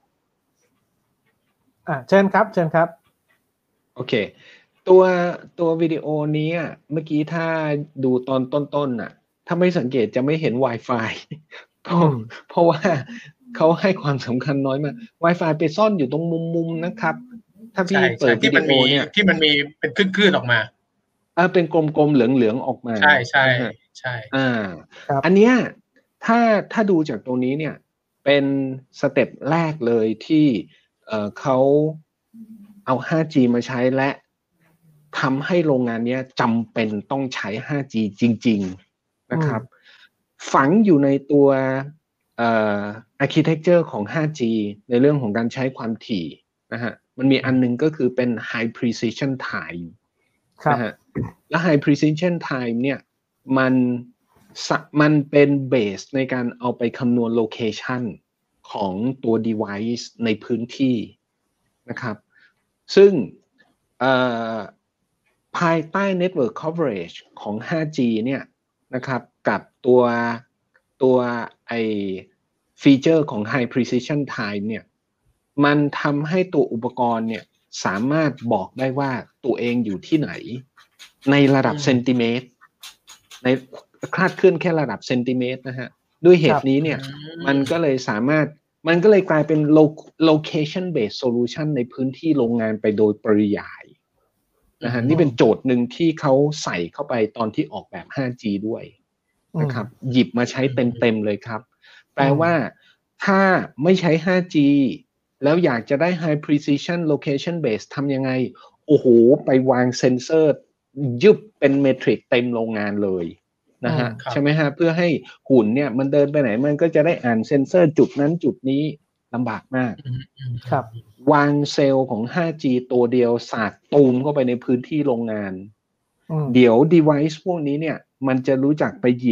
เชิญครับโอเคตัววิดีโอนี้เมื่อกี้ถ้าดูตอนต้นน่ะถ้าไม่สังเกตจะไม่เห็น Wi-Fi เพราะว่าเขาให้ความสำคัญน้อยมาก Wi-Fi ไปซ่อนอยู่ตรงมุมๆนะครับถ้าพี่เปิดวิดีโอเนี่ยที่มันมีเป็นคลื่นๆออกมาเป็นกลมๆเหลืองๆออกมาใช่อันเนี้ยถ้าดูจากตรงนี้เนี่ยเป็นสเต็ปแรกเลยที่เขาเอา 5G มาใช้และทำให้โรงงานนี้จำเป็นต้องใช้ 5G จริงๆนะครับฝังอยู่ในตัวarchitecture ของ 5G ในเรื่องของการใช้ความถี่นะฮะมันมีอันนึงก็คือเป็น high precision time นะฮะและ high precision time เนี่ยมันเป็นเบสในการเอาไปคำนวณ location ของตัว device ในพื้นที่นะครับซึ่งภายใต้ network coverage ของ 5G เนี่ยนะครับกับตัวฟีเจอร์ของ high precision time เนี่ยมันทำให้ตัวอุปกรณ์เนี่ยสามารถบอกได้ว่าตัวเองอยู่ที่ไหนในระดับเซนติเมตรในคลาดเคลื่อนแค่ระดับเซนติเมตรนะฮะด้วยเหตุนี้เนี่ยมันก็เลยกลายเป็น location based solution ในพื้นที่โรงงานไปโดยปริยายนะฮะนี่เป็นโจทย์หนึ่งที่เขาใส่เข้าไปตอนที่ออกแบบ 5G ด้วยนะครับหยิบมาใช้เต็มๆเลยครับแปลว่าถ้าไม่ใช้ 5G แล้วอยากจะได้ high precision location based ทำยังไงโอ้โหไปวางเซ็นเซอร์ยึบเป็นเมทริกเต็มโรงงานเลยนะฮะใช่ไหมฮะเพื่อให้หุ่นเนี่ยมันเดินไปไหนมันก็จะได้อ่านเซ็นเซอร์จุดนั้นจุดนี้ลำบากมากครับวางเซลล์ของ 5G ตัวเดียวสาดตูมเข้าไปในพื้นที่โรงงานเดี๋ยว device พวกนี้เนี่ยมันจะรู้จักไปหยิบ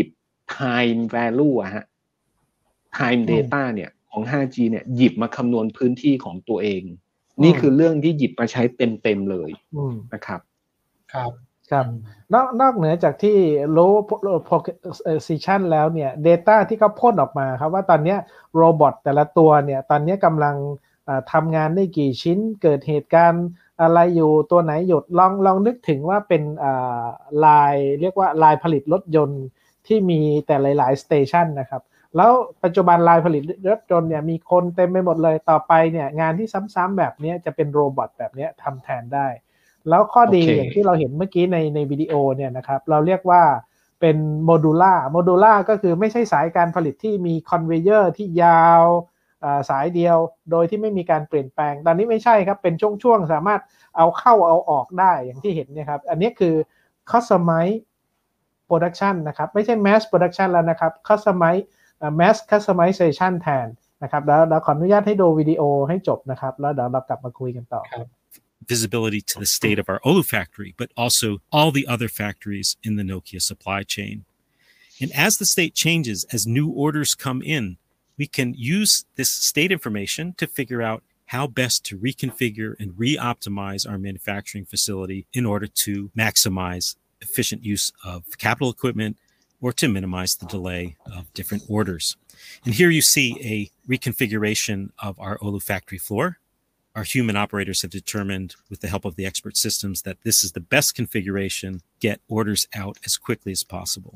time value อะฮะ time data เนี่ยของ 5G เนี่ยหยิบมาคำนวณพื้นที่ของตัวเองนี่คือเรื่องที่หยิบมาใช้เต็มๆเลยนะครับครับนอกเหนือจากที่ low position แล้วเนี่ย data ที่เขาพ่นออกมาครับว่าตอนนี้โรบอทแต่ละตัวเนี่ยตอนนี้กำลังทำงานได้กี่ชิ้นเกิดเหตุการณ์อะไรอยู่ตัวไหนหยุดลองนึกถึงว่าเป็นลายเรียกว่าลายผลิตรถยนต์ที่มีแต่หลายๆสเตชันนะครับแล้วปัจจุบันลายผลิตรถยนต์เนี่ยมีคนเต็มไปหมดเลยต่อไปเนี่ยงานที่ซ้ำๆแบบนี้จะเป็นโรบอทแบบนี้ทำแทนได้แล้วข้อดีอย่างที่เราเห็นเมื่อกี้ในวิดีโอเนี่ยนะครับเราเรียกว่าเป็นโมดูล่าก็คือไม่ใช่สายการผลิตที่มีคอนเวเยอร์ที่ยาวสายเดียวโดยที่ไม่มีการเปลี่ยนแปลงตอนนี้ไม่ใช่ครับเป็นช่วงๆสามารถเอาเข้าเอาออกได้อย่างที่เห็นเนี่ยครับอันนี้คือ customize production นะครับไม่ใช่ mass production แล้วนะครับ customize mass customization แทนนะครับแล้วขออนุญาตให้ดูวิดีโอให้จบนะครับแล้วเดี๋ยวเรากลับมาคุยกันต่อ visibility to the state of our Oulu factory, but also all the other factories in the Nokia supply chain. And as the state changes, as new orders come in, we can use this state information to figure out how best to reconfigure and re-optimize our manufacturing facility in order to maximize efficient use of capital equipment or to minimize the delay of different orders. And here you see a reconfiguration of our Oulu factory floor.Our human operators have determined, with the help of the expert systems, that this is the best configuration, get orders out as quickly as possible.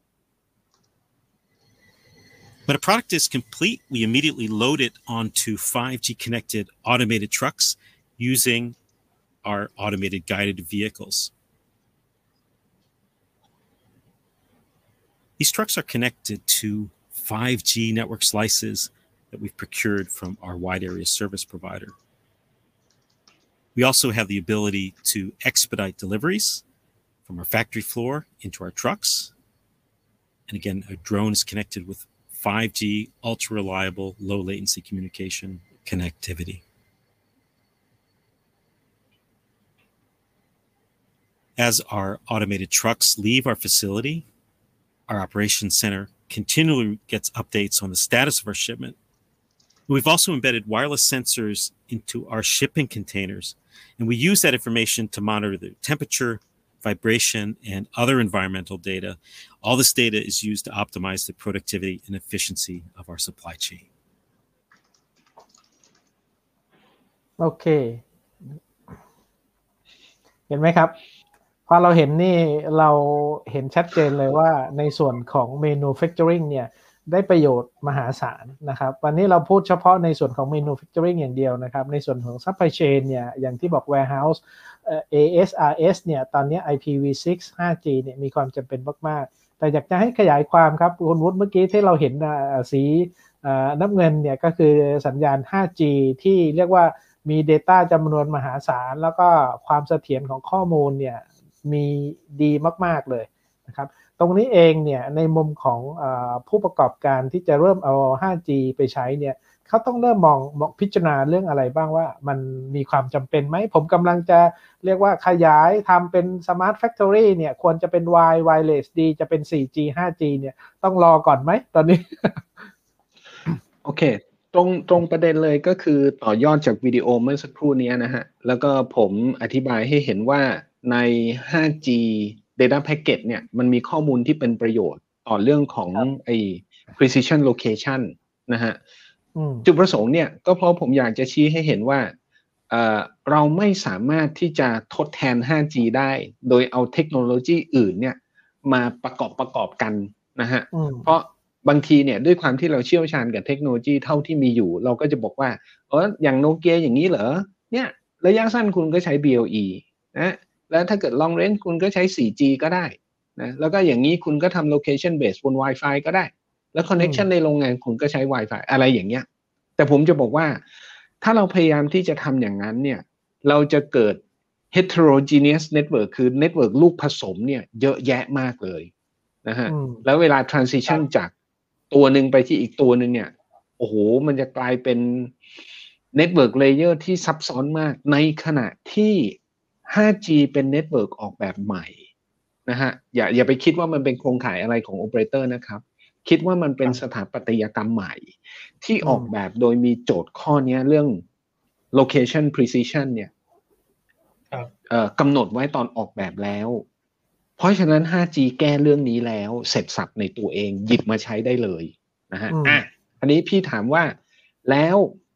When a product is complete, we immediately load it onto 5G connected automated trucks using our automated guided vehicles. These trucks are connected to 5G network slices that we've procured from our wide area service provider.We also have the ability to expedite deliveries from our factory floor into our trucks. And again, a drone is connected with 5G, ultra-reliable, low-latency communication connectivity. As our automated trucks leave our facility, our operations center continually gets updates on the status of our shipment.We've also embedded wireless sensors into our shipping containers, and we use that information to monitor the temperature, vibration, and other environmental data. All this data is used to optimize the productivity and efficiency of our supply chain. โอเคเห็นไหมครับพอเราเห็นนี่เราเห็นชัดเจนเลยว่าในส่วนของ manufacturing เนี่ยได้ประโยชน์มหาศาลนะครับวันนี้เราพูดเฉพาะในส่วนของ manufacturing อย่างเดียวนะครับในส่วนของ supply chain เนี่ยอย่างที่บอก warehouse ASRS เนี่ยตอนนี้ IPv6 5G เนี่ยมีความจำเป็นมากๆแต่อยากจะให้ขยายความครับคุณวุฒิเมื่อกี้ที่เราเห็นสีน้ำเงินเนี่ยก็คือสัญญาณ 5G ที่เรียกว่ามี data จำนวนมหาศาลแล้วก็ความเสถียรของข้อมูลเนี่ยมีดีมากๆเลยนะครับตรงนี้เองเนี่ยในมุมของผู้ประกอบการที่จะเริ่มเอา 5G ไปใช้เนี่ยเขาต้องเริ่มมองพิจารณาเรื่องอะไรบ้างว่ามันมีความจำเป็นไหมผมกำลังจะเรียกว่าขยายทำเป็น Smart Factory เนี่ยควรจะเป็น Wireless ดีจะเป็น 4G 5G เนี่ยต้องรอก่อนไหมตอนนี้โอเคตรงประเด็นเลยก็คือต่อยอดจากวิดีโอเมื่อสักครู่นี้นะฮะแล้วก็ผมอธิบายให้เห็นว่าใน 5G data packet เนี่ยมันมีข้อมูลที่เป็นประโยชน์ต่อเรื่องของไอ้ precision location นะฮะจุดประสงค์เนี่ยก็เพราะผมอยากจะชี้ให้เห็นว่าเราไม่สามารถที่จะทดแทน 5G ได้โดยเอาเทคโนโลยีอื่นเนี่ยมาประกอบกันนะฮะเพราะบางทีเนี่ยด้วยความที่เราเชี่ยวชาญกับเทคโนโลยีเท่าที่มีอยู่เราก็จะบอกว่าอย่างโนเกียอย่างนี้เหรอเนี่ยระยะสั้นคุณก็ใช้ BLE นะแล้วถ้าเกิด long range คุณก็ใช้ 4G ก็ได้นะแล้วก็อย่างนี้คุณก็ทำ location base บน Wi-Fi ก็ได้แล้ว connection ในโรงงานคุณก็ใช้ Wi-Fi อะไรอย่างเงี้ยแต่ผมจะบอกว่าถ้าเราพยายามที่จะทำอย่างนั้นเนี่ยเราจะเกิด heterogeneous network คือ network ลูกผสมเนี่ยเยอะแยะมากเลยนะฮะแล้วเวลา transition จากตัวหนึ่งไปที่อีกตัวหนึ่งเนี่ยโอ้โหมันจะกลายเป็น network layer ที่ซับซ้อนมากในขณะที่ 5G เป็น network ออกแบบใหม่นะฮะอย่าไปคิดว่ามันเป็นโครงข่ายอะไรของโอเปอเรเตอร์นะครับคิดว่ามันเป็นสถาปัตยกรรมใหม่ที่ออกแบบโดยมีโจทย์ข้อนี้เรื่อง location precision เนี่ยกำหนดไว้ตอนออกแบบแล้วเพราะฉะนั้น 5G แก้เรื่องนี้แล้วเสร็จสับในตัวเองหยิบมาใช้ได้เลยนะฮะอันนี้พี่ถามว่าแล้ว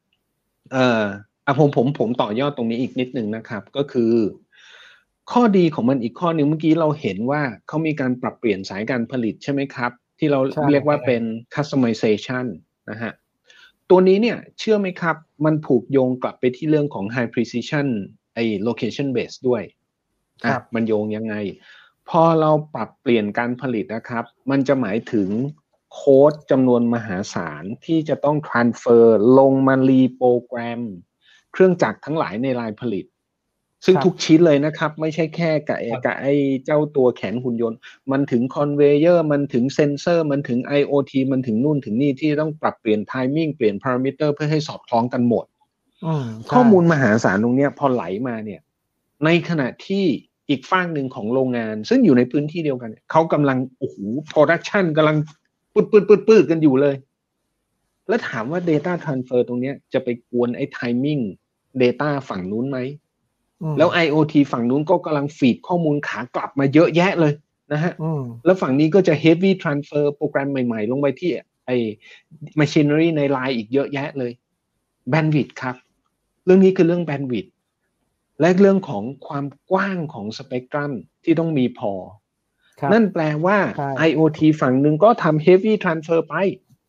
ผมต่อยอดตรงนี้อีกนิดนึงนะครับก็คือข้อดีของมันอีกข้อนึงเมื่อกี้เราเห็นว่าเขามีการปรับเปลี่ยนสายการผลิตใช่ไหมครับที่เราเรียกว่าเป็น customization นะฮะตัวนี้เนี่ยเชื่อไหมครับมันผูกโยงกลับไปที่เรื่องของ high precision location base ด้วยมันโยงยังไงพอเราปรับเปลี่ยนการผลิตนะครับมันจะหมายถึงโค้ดจำนวนมหาศาลที่จะต้อง transfer ลงมารีโปรแกรมเครื่องจักรทั้งหลายในลายผลิตซึ่งทุกชิ้นเลยนะครับไม่ใช่แค่กับไอ้เจ้าตัวแขนหุ่นยนต์มันถึงคอนเวเยอร์มันถึงเซนเซอร์มันถึง IoT มันถึงนู่นถึงนี่ที่ต้องปรับเปลี่ยนไทมิ่งเปลี่ยนพารามิเตอร์เพื่อให้สอดคล้องกันหมดข้อมูลมหาศาลตรงนี้พอไหลมาเนี่ยในขณะที่อีกฝั่งหนึ่งของโรงงานซึ่งอยู่ในพื้นที่เดียวกันเขากำลังโอ้โหโปรดักชันกำลังปืดกันอยู่เลยแล้วถามว่า Data Transfer ตรงนี้จะไปกวนไอ้ Timing Data ฝั่งนู้นไหมแล้ว IoT ฝั่งนู้นก็กำลังฟีดข้อมูลขากลับมาเยอะแยะเลยนะฮะแล้วฝั่งนี้ก็จะ Heavy Transfer โปรแกรมใหม่ๆลงไปที่ไอ้ Machinery ใน Line อีกเยอะแยะเลย Bandwidth ครับเรื่องนี้คือเรื่อง Bandwidth และเรื่องของความกว้างของสเปกตรัมที่ต้องมีพอนั่นแปลว่า IoT ฝั่งหนึ่งก็ทำ Heavy Transfer ไป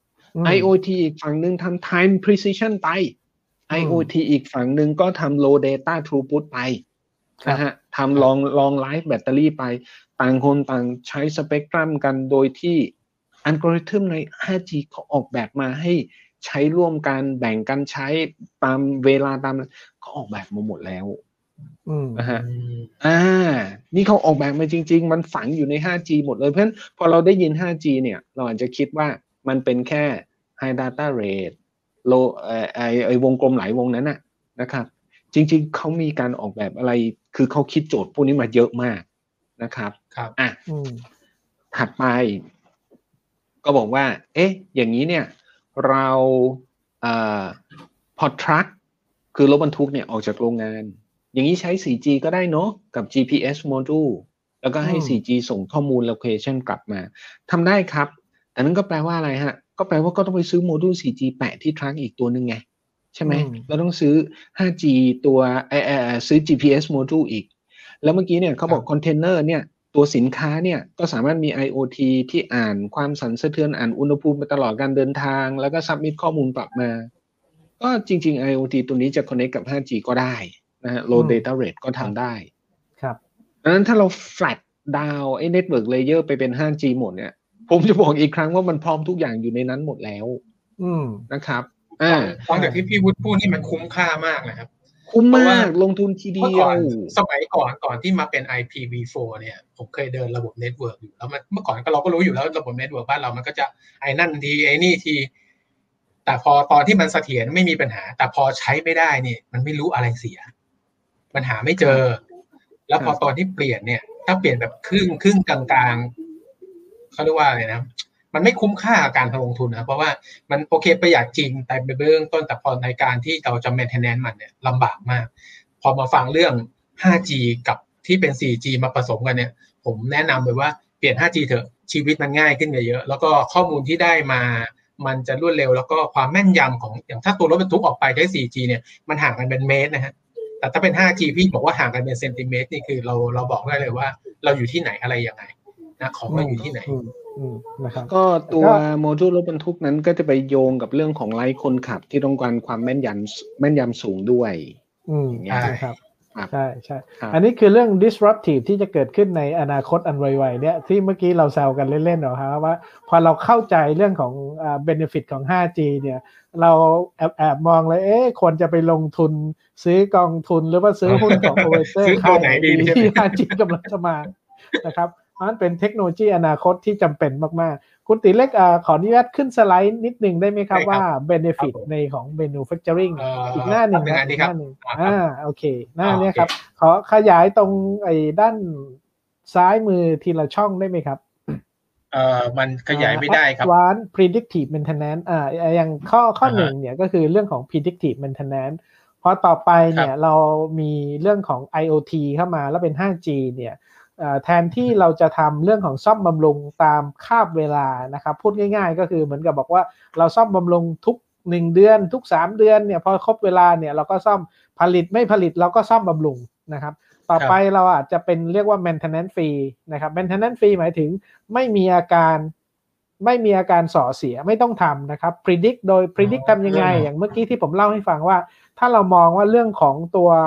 IoT อีกฝั่งหนึ่งทำ Time Precision ไป IoT อีกฝั่งหนึ่งก็ทำ Low Data Throughput ไปนะฮะทำ Long Life Battery ไปต่างคนต่างใช้สเปกตรัมกันโดยที่อัลกอริทึมใน 5G เขาออกแบบมาให้ใช้ร่วมกันแบ่งกันใช้ตามเวลาตามเขาออกแบบมาหมดแล้วนะฮะนี่เขาออกแบบมาจริงๆมันฝังอยู่ใน 5G หมดเลยเพราะฉะนั้นพอเราได้ยิน 5G เนี่ยเราอาจจะคิดว่ามันเป็นแค่ High Data Rate ไอ้วงกลมหลายวงนั้นนะครับจริงๆเขามีการออกแบบอะไรคือเขาคิดโจทย์พวกนี้มาเยอะมากนะครับถัดไปก็บอกว่าอย่างนี้เนี่ยเราพอทรัคคือรถบรรทุกเนี่ยออกจากโรงงานอย่างนี้ใช้ 4G ก็ได้เนาะกับ GPS module แล้วก็ให้ 4G ส่งข้อมูล location กลับมาทำได้ครับแต่นั้นก็แปลว่าอะไรฮะก็แปลว่าก็ต้องไปซื้อโมดูล 4G แปะที่ทรัคอีกตัวนึงไงใช่ไหมเราต้องซื้อ 5G ตัวซื้อ GPS module อีกแล้วเมื่อกี้เนี่ยเขาบอกคอนเทนเนอร์เนี่ยตัวสินค้าเนี่ยก็สามารถมี IoT ที่อ่านความสั่นสะเทือนอ่านอุณหภูมิไปตลอดการเดินทางแล้วก็ซับมิทข้อมูลกลับมาก็จริงๆ IoT ตัวนี้จะ connect กับ 5G ก็ได้นะฮะ low data rate ก็ทำได้ครับดังนั้นถ้าเรา flat down ไอ้ network layer ไปเป็น 5G หมดเนี่ยผมจะบอกอีกครั้งว่ามันพร้อมทุกอย่างอยู่ในนั้นหมดแล้วนะครับฟังจากที่พี่วุฒิพูดนี่มันคุ้มค่ามากนะครับคุ้มมากลงทุนทีเดียวสมัยก่อนที่มาเป็น IPv4 เนี่ยผมเคยเดินระบบเน็ตเวิร์กอยู่แล้วเมื่อก่อนเราก็รู้อยู่แล้วระบบเน็ตเวิร์กบ้านเรามันก็จะไอ้นั่นทีไอ้นี่ทีแต่พอตอนที่มันเสถียรไม่มีปัญหาแต่พอใช้ไม่ได้นี่มันไม่รู้อะไรเสียมันหาไม่เจอแล้วพอตอนที่เปลี่ยนเนี่ยถ้าเปลี่ยนแบบครึ่งกลางๆเขาเรียกว่าอะไรนะมันไม่คุ้มค่าการลงทุนนะเพราะว่ามันโอเคประหยัดจริงแต่เบื้องต้นแต่พอในการที่เราจะ maintenance มันเนี่ยลำบากมากพอมาฟังเรื่อง 5G กับที่เป็น 4G มาผสมกันเนี่ยผมแนะนำเลยว่าเปลี่ยน 5G เถอะชีวิตมันง่ายขึ้นเยอะแล้วก็ข้อมูลที่ได้มามันจะรวดเร็วแล้วก็ความแม่นยำของอย่างถ้าตัวรถบรรทุกออกไปใช้ 4G เนี่ยมันห่างกันเป็นเมตรนะฮะแต่ถ้าเป็น 5G พี่บอกว่าห่างกันเป็นเซนติเมตรนี่คือเราบอกได้เลยว่าเราอยู่ที่ไหนอะไรยังไงนะของเราอยู่ที่ไหนนะครับก็ตัวโมดูลรถบรรทุกนั้นก็จะไปโยงกับเรื่องของไลฟ์คนขับที่ต้องการความแม่นยำสูงด้วยใช่ครับใช่ใช่อันนี้คือเรื่อง disruptive ที่จะเกิดขึ้นในอนาคตอันไวๆเนี่ยที่เมื่อกี้เราแซวกันเล่นๆเหรอครับว่าพอเราเข้าใจเรื่องของbenefit ของ 5G เนี่ยเราแอบมองเลยควรจะไปลงทุนซื้อกองทุนหรือว่าซื้อหุ้นของ operator ค่ายไหนดีที่ 5G กำลังจะมานะครับมันเป็นเทคโนโลยีอนาคตที่จำเป็นมากๆคุณติเล็กขออนุญาตขึ้นสไลด์นิดนึงได้ไหมครับว่า benefit ในของ manufacturing อีกหน้าหนึ่งนะอีกหน้าหนึ่งโอเคหน้านี้ครับขอขยายตรงไอ้ด้านซ้ายมือทีละช่องได้ไหมครับมันขยายไม่ได้ครับ Advanced Predictive Maintenance อย่างข้อหนึ่งเนี่ยก็คือเรื่องของ Predictive Maintenance พอต่อไปเนี่ยเรามีเรื่องของ IoT เข้ามาแล้วเป็น 5G เนี่ยแทนที่เราจะทำเรื่องของซ่อมบำรุงตามคาบเวลานะครับพูดง่ายๆก็คือเหมือนกับบอกว่าเราซ่อมบำรุงทุก1เดือนทุก3เดือนเนี่ยพอครบเวลาเนี่ยเราก็ซ่อมผลิตไม่ผลิตเราก็ซ่อมบำรุงนะครับต่อไปเราอาจจะเป็นเรียกว่า maintenance free นะครับ maintenance free หมายถึงไม่มีอาการส่อเสียไม่ต้องทำนะครับ predict โดย predict ทำยังไงอย่างเมื่อกี้ที่ผมเล่าให้ฟังว่าถ้าเรามองว่าเรื่องของ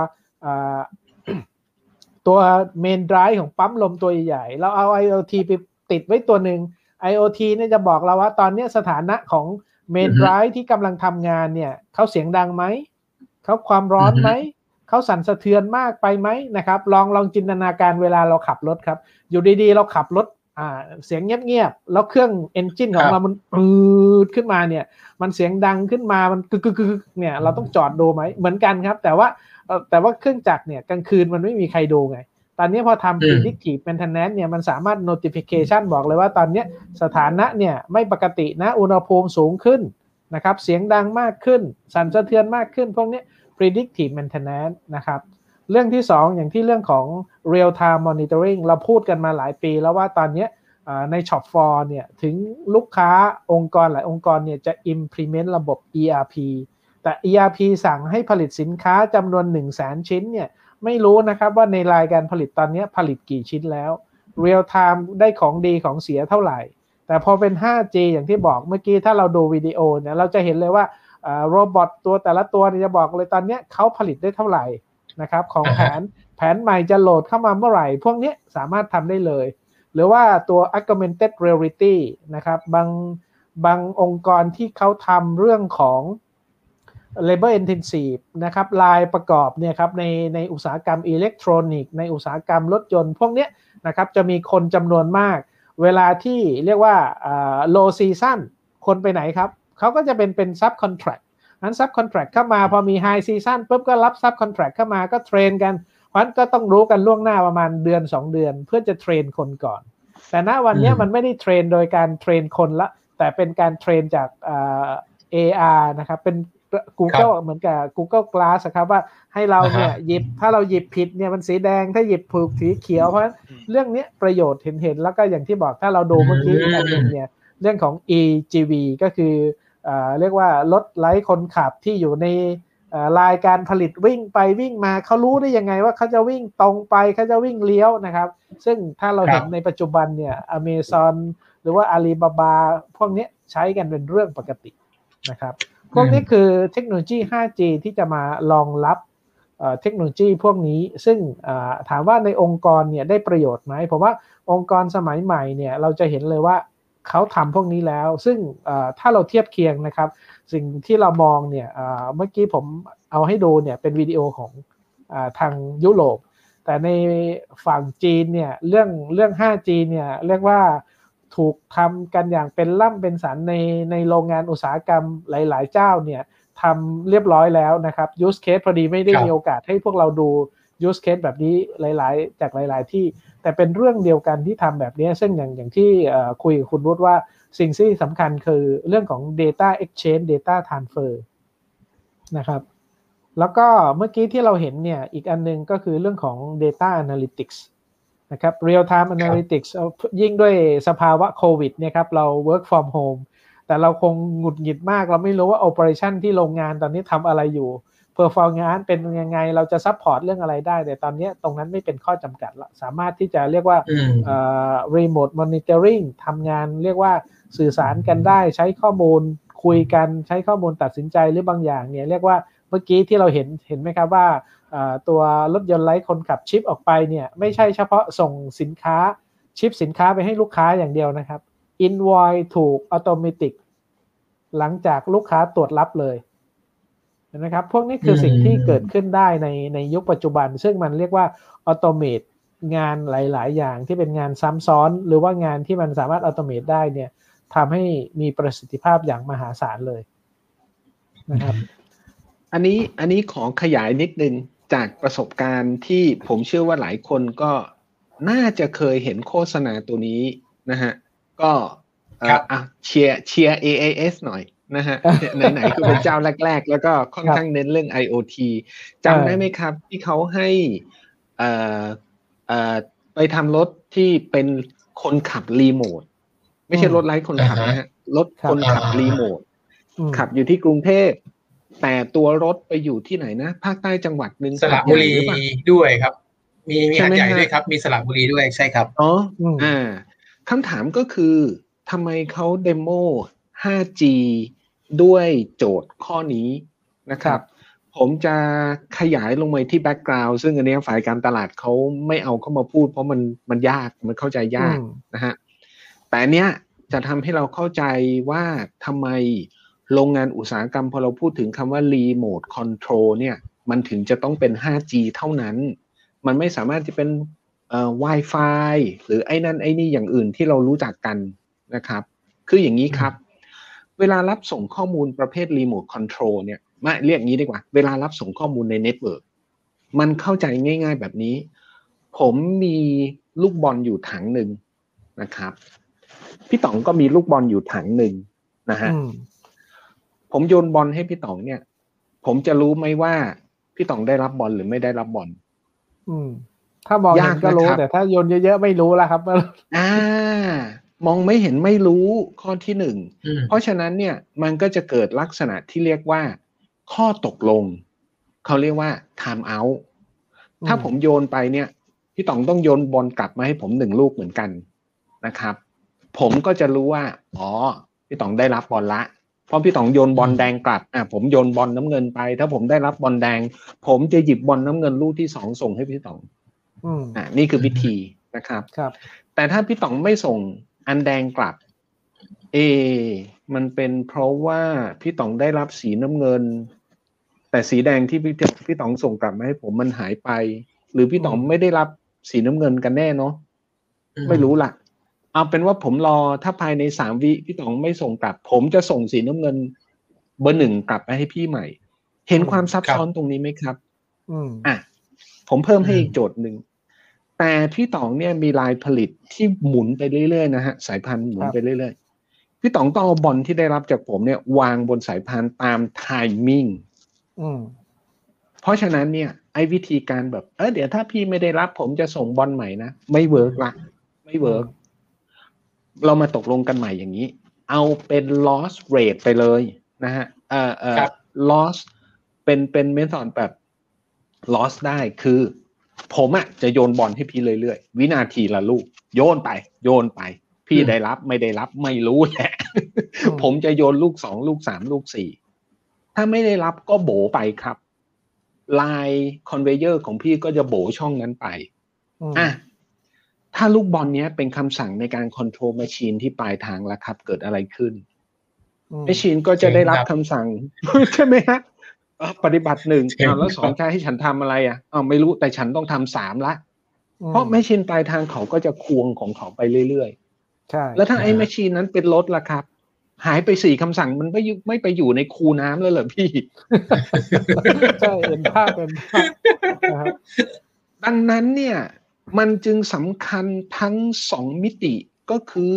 ตัว main drive ของปั๊มลมตัวใหญ่เราเอา IoT ไปติดไว้ตัวหนึ่ง IoT เนี่ยจะบอกเราว่าตอนนี้สถานะของ main drive ที่กำลังทำงานเนี่ยเขาเสียงดังไหมเขาความร้อนไหมเขาสั่นสะเทือนมากไปไหมนะครับลองจินตนาการเวลาเราขับรถครับอยู่ดีๆเราขับรถเสียงเงียบๆแล้วเครื่องเอนจินของเรามันปืดขึ้นมาเนี่ยมันเสียงดังขึ้นมามันกึกๆเนี่ยเราต้องจอดดูไหมเหมือนกันครับแต่ว่าเครื่องจักรเนี่ยกลางคืนมันไม่มีใครดูไงตอนนี้พอทำ predictive maintenance เนี่ยมันสามารถ notification บอกเลยว่าตอนนี้สถานะเนี่ยไม่ปกตินะอุณหภูมิสูงขึ้นนะครับเสียงดังมากขึ้นสั่นสะเทือนมากขึ้นพวกนี้ predictive maintenance นะครับเรื่องที่2อย่างที่เรื่องของ real time monitoring เราพูดกันมาหลายปีแล้วว่าตอนนี้ใน shop floor เนี่ยถึงลูกค้าองค์กรหลายองค์กรเนี่ยจะ implement ระบบ ERP แต่ ERP สั่งให้ผลิตสินค้าจำนวน 100,000 ชิ้นเนี่ยไม่รู้นะครับว่าในรายการผลิตตอนนี้ผลิตกี่ชิ้นแล้ว real time ได้ของดีของเสียเท่าไหร่แต่พอเป็น 5G อย่างที่บอกเมื่อกี้ถ้าเราดูวิดีโอเนี่ยเราจะเห็นเลยว่าโรบอทตัวแต่ละตัวจะบอกเลยตอนนี้เขาผลิตได้เท่าไหร่นะครับของแผนใหม่จะโหลดเข้ามาเมื่อไหร่พวกนี้สามารถทำได้เลยหรือว่าตัว augmented reality นะครับบางองค์กรที่เขาทำเรื่องของ labor intensive นะครับลายประกอบเนี่ยครับในอุตสาหกรรมอิเล็กทรอนิกส์ในอุตสาหกรรมรถยนต์พวกนี้นะครับจะมีคนจำนวนมากเวลาที่เรียกว่าlow season คนไปไหนครับเขาก็จะเป็น subcontract นั้น subcontract เข้ามาพอมี high season ปุ๊บก็รับ subcontract เข้ามาก็เทรนกันเพราะฉะนั้นก็ต้องรู้กันล่วงหน้าประมาณเดือน2เดือนเพื่อจะเทรนคนก่อนแต่ณวันนี้มันไม่ได้เทรนโดยการเทรนคนละแต่เป็นการเทรนจากAR นะครับเป็น Google เหมือนกับ Google Glass ครับว่าให้เราเนี่ยหยิบถ้าเราหยิบผิดเนี่ยมันสีแดงถ้าหยิบถูกสีเขียวเพราะฉะนั้นเรื่องนี้ประโยชน์เห็นแล้วก็อย่างที่บอกถ้าเราดูเมื่อกี้อันนึงเนี่ยเรื่องของ EGV ก็คือเรียกว่ารถไร้คนขับที่อยู่ในรายการผลิตวิ่งไปวิ่งมาเขารู้ได้ยังไงว่าเขาจะวิ่งตรงไปเขาจะวิ่งเลี้ยวนะครับซึ่งถ้าเราเห็นในปัจจุบันเนี่ย Amazon หรือว่า Alibaba พวกนี้ใช้กันเป็นเรื่องปกตินะครับพวกนี้คือเทคโนโลยี 5G ที่จะมารองรับเทคโนโลยีพวกนี้ซึ่งถามว่าในองค์กรเนี่ยได้ประโยชน์ไหมผมว่าองค์กรสมัยใหม่เนี่ยเราจะเห็นเลยว่าเขาทำพวกนี้แล้วซึ่งถ้าเราเทียบเคียงนะครับสิ่งที่เรามองเนี่ยเมื่อกี้ผมเอาให้ดูเนี่ยเป็นวิดีโอของทางยุโรปแต่ในฝั่งจีนเนี่ยเรื่อง 5G เนี่ยเรียกว่าถูกทำกันอย่างเป็นล่ำเป็นสันในโรงงานอุตสาหกรรมหลายๆเจ้าเนี่ยทำเรียบร้อยแล้วนะครับ use case พอดีไม่ได้มีโอกาสให้พวกเราดู use case แบบนี้จากหลายๆที่แต่เป็นเรื่องเดียวกันที่ทำแบบนี้ซึ่งอย่างที่คุยกับคุณวุฒิว่าสิ่งที่สำคัญคือเรื่องของ data exchange data transfer นะครับแล้วก็เมื่อกี้ที่เราเห็นเนี่ยอีกอันนึงก็คือเรื่องของ data analytics นะครับ real time analytics ยิ่งด้วยสภาวะโควิดเนี่ยครับเรา work from home แต่เราคงหงุดหงิดมากเราไม่รู้ว่า operation ที่โรงงานตอนนี้ทำอะไรอยู่performance เป็นยังไงเราจะ support เรื่องอะไรได้แต่ตอนนี้ตรงนั้นไม่เป็นข้อจำกัดละสามารถที่จะเรียกว่าremote monitoring ทำงานเรียกว่าสื่อสารกันได้ใช้ข้อมูลคุยกันใช้ข้อมูลตัดสินใจหรือบางอย่างเนี่ยเรียกว่าเมื่อกี้ที่เราเห็นไหมครับว่าตัวรถยนต์ไร้คนขับชิปออกไปเนี่ยไม่ใช่เฉพาะส่งสินค้าชิปสินค้าไปให้ลูกค้าอย่างเดียวนะครับ invoice ถูก automatic หลังจากลูกค้าตรวจรับเลยนะครับพวกนี้คือสิ่งที่เกิดขึ้นได้ในยุคปัจจุบันซึ่งมันเรียกว่า automate งานหลายๆอย่างที่เป็นงานซ้ำซ้อนหรือว่างานที่มันสามารถ automate ได้เนี่ยทำให้มีประสิทธิภาพอย่างมหาศาลเลยนะครับอันนี้ขอขยายนิดนึงจากประสบการณ์ที่ผมเชื่อว่าหลายคนก็น่าจะเคยเห็นโฆษณาตัวนี้นะฮะก็เชียร์ AIS หน่อยนะฮะไหนๆคือเป็นเจ้าแรกๆแล้วก็ค่อนข้างเน้นเรื่อง IoT จำได้ไหมครับที่เขาให้ไปทำรถที่เป็นคนขับรีโมทไม่ใช่รถไร้คนขับนะฮะรถคนขับรีโมทขับอยู่ที่กรุงเทพแต่ตัวรถไปอยู่ที่ไหนนะภาคใต้จังหวัดนึงสระบุรีด้วยครับมีหาดใหญ่ด้วยครับมีสระบุรีด้วยใช่ครับคำถามก็คือทำไมเขาเดโม 5G ด้วยโจทย์ข้อนี้นะครับผมจะขยายลงไปที่แบ็กกราวด์ซึ่งอันนี้ฝ่ายการตลาดเขาไม่เอาเข้ามาพูดเพราะมันยากมันเข้าใจยากนะฮะแต่เนี้ยจะทำให้เราเข้าใจว่าทำไมโรงงานอุตสาหกรรมพอเราพูดถึงคำว่า Remote Control เนี่ยมันถึงจะต้องเป็น 5G เท่านั้นมันไม่สามารถจะเป็นWi-Fi หรือไอ้นั่นไอ้นี่อย่างอื่นที่เรารู้จักกันนะครับคืออย่างนี้ครับเวลารับส่งข้อมูลประเภท Remote Control เนี่ยมาเรียกงี้ดีกว่าเวลารับส่งข้อมูลในเน็ตเวิร์กมันเข้าใจง่ายๆแบบนี้ผมมีลูกบอลอยู่ถังหนึ่งนะครับพี่ต๋องก็มีลูกบอลอยู่ถังหนึ่งนะฮะผมโยนบอลให้พี่ต๋องเนี่ยผมจะรู้ไหมว่าพี่ต๋องได้รับบอลหรือไม่ได้รับบอลถ้ามองเห็นก็รู้แต่ถ้าโยนเยอะๆไม่รู้แล้วครับมองไม่เห็นไม่รู้ข้อที่หนึ่งเพราะฉะนั้นเนี่ยมันก็จะเกิดลักษณะที่เรียกว่าข้อตกลงเขาเรียกว่า time out ถ้าผมโยนไปเนี่ยพี่ต๋องต้องโยนบอลกลับมาให้ผม1ลูกเหมือนกันนะครับผมก็จะรู้ว่าพี่ต๋องได้รับบอลละเพราะพี่ต๋องโยนบอลแดงกลับผมโยนบอลน้ำเงินไปถ้าผมได้รับบอลแดงผมจะหยิบบอลน้ำเงินลูกที่2ส่งให้พี่ต๋องนี่คือวิธีนะครับแต่ถ้าพี่ต๋องไม่ส่งอันแดงกลับมันเป็นเพราะว่าพี่ต๋องได้รับสีน้ำเงินแต่สีแดงที่พี่ต๋องส่งกลับมาให้ผมมันหายไปหรือพี่ต๋องไม่ได้รับสีน้ำเงินกันแน่เนาะไม่รู้ล่ะเอาเป็นว่าผมรอถ้าภายใน3วิพี่ต๋องไม่ส่งกลับผมจะส่งสีน้ำเงินเบอร์1กลับไปให้พี่ใหม่เห็นความซับซ้อนตรงนี้ไหมครับผมเพิ่มให้อีกโจทย์หนึ่งแต่พี่ต๋องเนี่ยมีลายผลิตที่หมุนไปเรื่อยๆนะฮะสายพันธุ์หมุนไปเรื่อยๆพี่ต๋องต้องเอาบอลที่ได้รับจากผมเนี่ยวางบนสายพันธุ์ตามไทมิ่งเพราะฉะนั้นเนี่ยไอ้วิธีการแบบเดี๋ยวถ้าพี่ไม่ได้รับผมจะส่งบอลใหม่นะไม่เวิร์กละไม่เวิร์กเรามาตกลงกันใหม่อย่างนี้เอาเป็น loss rate ไปเลยนะฮะloss เป็นเมธอดแบบ loss ได้คือผมจะโยนบอลให้พี่เรื่อยๆวินาทีละลูกโยนไปพี่ได้รับไม่ได้รับไม่รู้แหละผมจะโยนลูก2ลูก3ลูก4ถ้าไม่ได้รับก็โบไปครับลายคอนเวเยอร์ของพี่ก็จะโบช่องนั้นไปถ้าลูกบอลเนี้ยเป็นคำสั่งในการคอนโทรลแมชชีนที่ปลายทางแล้วครับเกิดอะไรขึ้นแมชชีนก็จะได้รับคำสั่งใช่ไหมฮะปฏิบัติ1แล้ว2จะให้ฉันทำอะไรไม่รู้แต่ฉันต้องทำ3ละเพราะแมชชีนปลายทางเขาก็จะควงของเขาไปเรื่อยๆใช่แล้วถ้าไอ้แมชชีนนั้นเป็นรถล่ะครับหายไป4คำสั่งมันไม่ไปอยู่ในคูน้ำแล้วเหรอพี่ใช่เห็นภาพเป็นภาพดังนั้นเนี่ยมันจึงสำคัญทั้ง2มิติก็คือ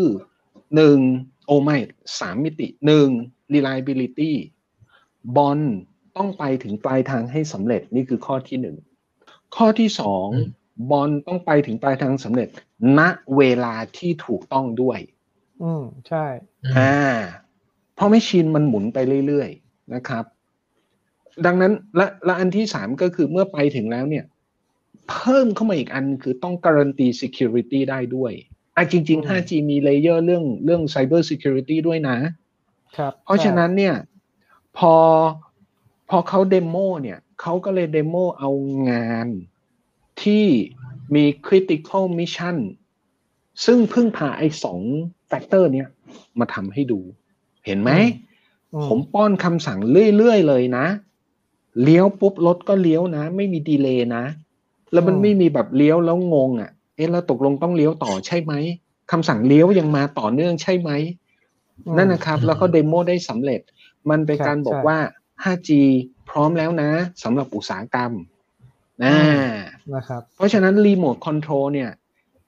3มิติ1 reliability บอลต้องไปถึงปลายทางให้สำเร็จนี่คือข้อที่1ข้อที่2บอลต้องไปถึงปลายทางสำเร็จณเวลาที่ถูกต้องด้วยใช่เพราะแมชชีนมันหมุนไปเรื่อยๆนะครับดังนั้นและอันที่3ก็คือเมื่อไปถึงแล้วเนี่ยเพิ่มเข้ามาอีกอันคือต้องการันตี security ได้ด้วยจริงๆ 5G มีเลเยอร์เรื่อง cyber security ด้วยนะครับเพราะฉะนั้นเนี่ยพอเขาเดโมเนี่ยเขาก็เลยเดโมเอางานที่มี critical mission ซึ่งพึ่งพาไอ้2 factor เนี้ยมาทำให้ดูเห็นไหมผมป้อนคำสั่งเรื่อยๆเลยนะเลี้ยวปุ๊บรถก็เลี้ยวนะไม่มีดีเลย์นะแล้วมันไม่มีแบบเลี้ยวแล้วงงแล้วตกลงต้องเลี้ยวต่อใช่ไหมคำสั่งเลี้ยวยังมาต่อเนื่องใช่ไหมนั่นนะครับแล้วก็เดโมได้สำเร็จมันเป็นการบอกว่า 5G พร้อมแล้วนะสำหรับอุตสาหกรรมนะครับเพราะฉะนั้น Remote Control เนี่ย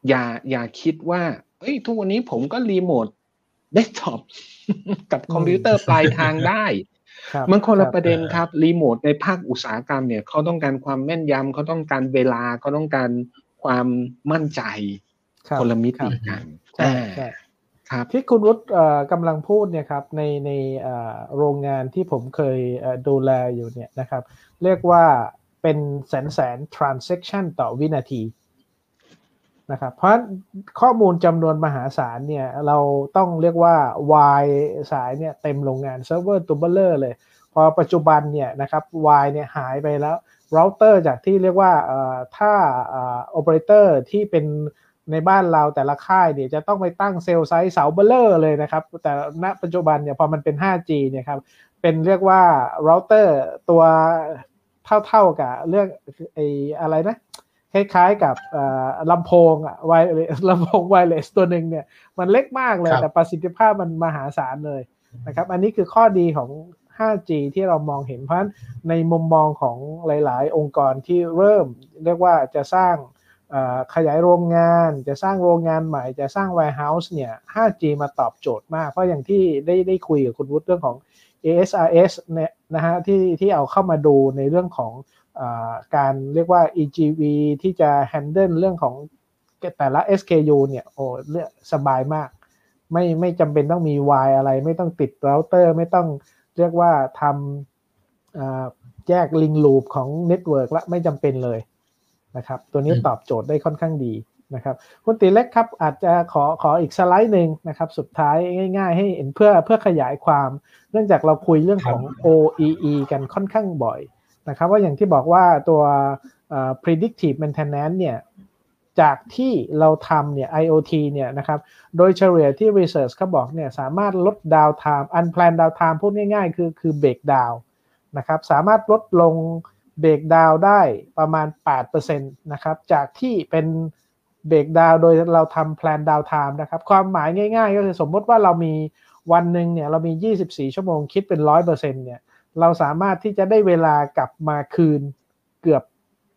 อย่าคิดว่าทุกวันนี้ผมก็รีโมทเดสก์ท็อปกับคอมพิวเตอร์ปลายทางได้มันคนละประเด็นครับรีโมทในภาคอุตสาหกรรมเนี่ยเขาต้องการความแม่นยำเขาต้องการเวลาเขาต้องการความมั่นใจคนละมิติกันใช่ครับที่คุณวุฒิกำลังพูดเนี่ยครับในโรงงานที่ผมเคยดูแลอยู่เนี่ยนะครับเรียกว่าเป็นแสน transaction ต่อวินาทีนะครับเพราะข้อมูลจำนวนมหาศาลเนี่ยเราต้องเรียกว่า Y สายเนี่ยเต็มโรงงานเซิร์ฟเวอร์ตัวเบลเลอร์เลยพอปัจจุบันเนี่ยนะครับ Y เนี่ยหายไปแล้วเราเตอร์จากที่เรียกว่าถ้าโอเปอเรเตอร์ที่เป็นในบ้านเราแต่ละค่ายเนี่ยจะต้องไปตั้งเซลล์ไซส์เสาเบลเลอร์เลยนะครับแต่ณปัจจุบันเนี่ยพอมันเป็น 5G เนี่ยครับเป็นเรียกว่าเราเตอร์ตัวเท่ากับเรื่องอะไรนะคล้ายๆกับลำโพงลำโพงไวเลสตัวหนึ่งเนี่ยมันเล็กมากเลยแต่ประสิทธิภาพมันมหาศาลเลยนะครับอันนี้คือข้อดีของ 5G ที่เรามองเห็นเพราะในมุมมองของหลายๆองค์กรที่เริ่มเรียกว่าจะสร้างขยายโรงงานจะสร้างโรงงานใหม่จะสร้าง warehouse เนี่ย 5G มาตอบโจทย์มากเพราะอย่างที่ได้คุยกับคุณวุฒิเรื่องของ ASRS เนี่ยนะฮะที่เอาเข้ามาดูในเรื่องของการเรียกว่า EGV ที่จะ handle เรื่องของแต่ละ SKU เนี่ยโอ้เลือกสบายมากไม่จำเป็นต้องมี Y อะไรไม่ต้องติดเราเตอร์ไม่ต้องเรียกว่าทำแยก link loop ของ network ละไม่จำเป็นเลยนะครับตัวนี้ตอบโจทย์ได้ค่อนข้างดีนะครับคุณติเล็กครับอาจจะขออีกสไลด์หนึ่งนะครับสุดท้ายง่ายๆให้เห็นเพื่อขยายความเนื่องจากเราคุยเรื่องของ OEE กันค่อนข้างบ่อยนะครับว่าอย่างที่บอกว่าตัวpredictive maintenance เนี่ยจากที่เราทำเนี่ย IoT เนี่ยนะครับโดยเฉลี่ยที่ research เขาบอกเนี่ยสามารถลด downtime unplanned downtime พูดง่ายๆคือ break down นะครับสามารถลดลงเบรกดาวน์ได้ประมาณ 8% นะครับจากที่เป็นเบรกดาวน์โดยเราทำแพลนดาวน์ไทม์นะครับความหมายง่ายๆก็คือสมมติว่าเรามีวันหนึ่งเนี่ยเรามี24ชั่วโมงคิดเป็น 100% เนี่ยเราสามารถที่จะได้เวลากลับมาคืนเกือบ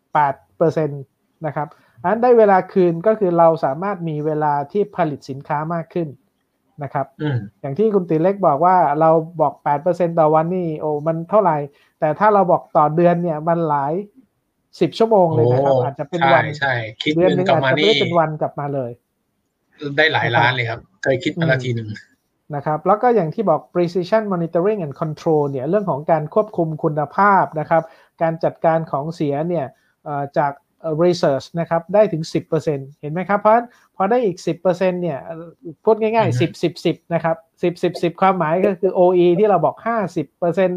8% นะครับอันได้เวลาคืนก็คือเราสามารถมีเวลาที่ผลิตสินค้ามากขึ้นนะครับอย่างที่คุณติเล็กบอกว่าเราบอก 8% ต่อวันนี่โอ้มันเท่าไหร่แต่ถ้าเราบอกต่อเดือนเนี่ยมันหลาย10ชั่วโมงเลยนะครับอาจจะเป็นวันใช่คิดเดือนนึงอาจจะไม่ได้เป็นวันกลับมาเลยได้หลายล้านเลยครับเคยคิดมาละทีนึงนะครับแล้วก็อย่างที่บอก precision monitoring and control เนี่ยเรื่องของการควบคุมคุณภาพนะครับการจัดการของเสียเนี่ยจากresearch นะครับได้ถึง 10% เห็นไหมครับเพราะพอได้อีก 10% เนี่ยพูดง่ายๆ10นะครับ10ความหมายก็คือ OE ที่เราบอก 50%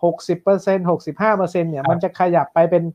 60% 65% เนี่ยมันจะขยับไปเป็น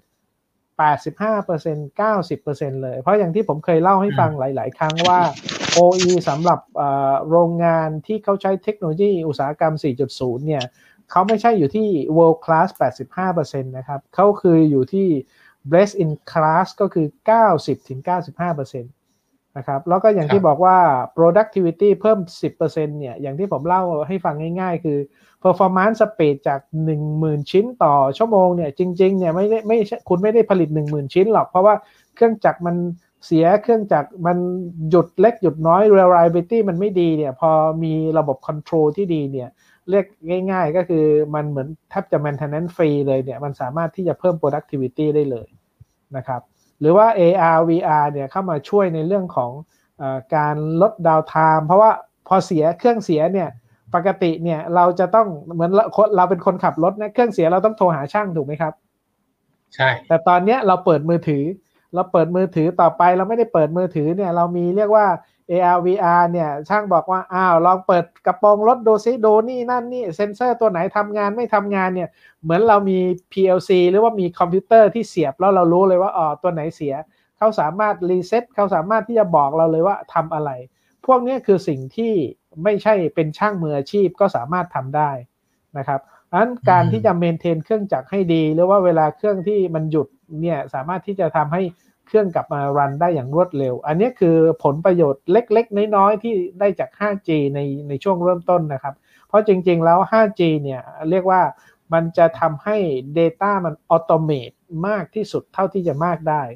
85% 90% เลยเพราะอย่างที่ผมเคยเล่าให้ฟังหลายๆครั้งว่า OE สำหรับโรงงานที่เขาใช้เทคโนโลยีอุตสาหกรรม 4.0 เนี่ยเขาไม่ใช่อยู่ที่ world class 85% นะครับเขาคืออยู่ที่ best in class ก็คือ 90-95% นะครับแล้วก็อย่างที่บอกว่า productivity เพิ่ม 10% เนี่ยอย่างที่ผมเล่าให้ฟังง่ายๆคือ performance speed จาก 10,000 ชิ้นต่อชั่วโมงเนี่ยจริงๆเนี่ยไม่คุณไม่ได้ผลิต 10,000 ชิ้นหรอกเพราะว่าเครื่องจักรมันเสียเครื่องจักรมันหยุดเล็กหยุดน้อย reliability มันไม่ดีเนี่ยพอมีระบบ control ที่ดีเนี่ยเรียกง่ายๆก็คือมันเหมือนแทบจะ maintenance free เลยเนี่ยมันสามารถที่จะเพิ่ม productivity ได้เลยนะครับหรือว่า AR VR เนี่ยเข้ามาช่วยในเรื่องของการลดดาวน์ไทม์เพราะว่าพอเครื่องเสียเนี่ยปกติเนี่ยเราจะต้องเหมือนเราเป็นคนขับรถนะเครื่องเสียเราต้องโทรหาช่างถูกไหมครับใช่แต่ตอนนี้เราเปิดมือถือต่อไปเราไม่ได้เปิดมือถือเนี่ยเรามีเรียกว่า AR VR เนี่ยช่างบอกว่าลองเปิดกระโปรงรถดูซิดูนี่นั่นนี่เซ็นเซอร์ตัวไหนทำงานไม่ทำงานเนี่ยเหมือนเรามี PLC หรือว่ามีคอมพิวเตอร์ที่เสียบแล้วเรารู้เลยว่าตัวไหนเสียเขาสามารถรีเซ็ตเขาสามารถที่จะบอกเราเลยว่าทำอะไรพวกนี้คือสิ่งที่ไม่ใช่เป็นช่างมืออาชีพก็สามารถทำได้นะครับงั้นการที่จะเมนเทนเครื่องจักรให้ดีหรือว่าเวลาเครื่องที่มันหยุดเนี่ยสามารถที่จะทำให้เครื่องกลับมารันได้อย่างรวดเร็วอันนี้คือผลประโยชน์เล็กๆน้อยๆที่ได้จาก 5G ในช่วงเริ่มต้นนะครับเพราะจริงๆแล้ว 5G เนี่ยเรียกว่ามันจะทำให้ data มัน automate มากที่สุดเท่าที่จะมากได้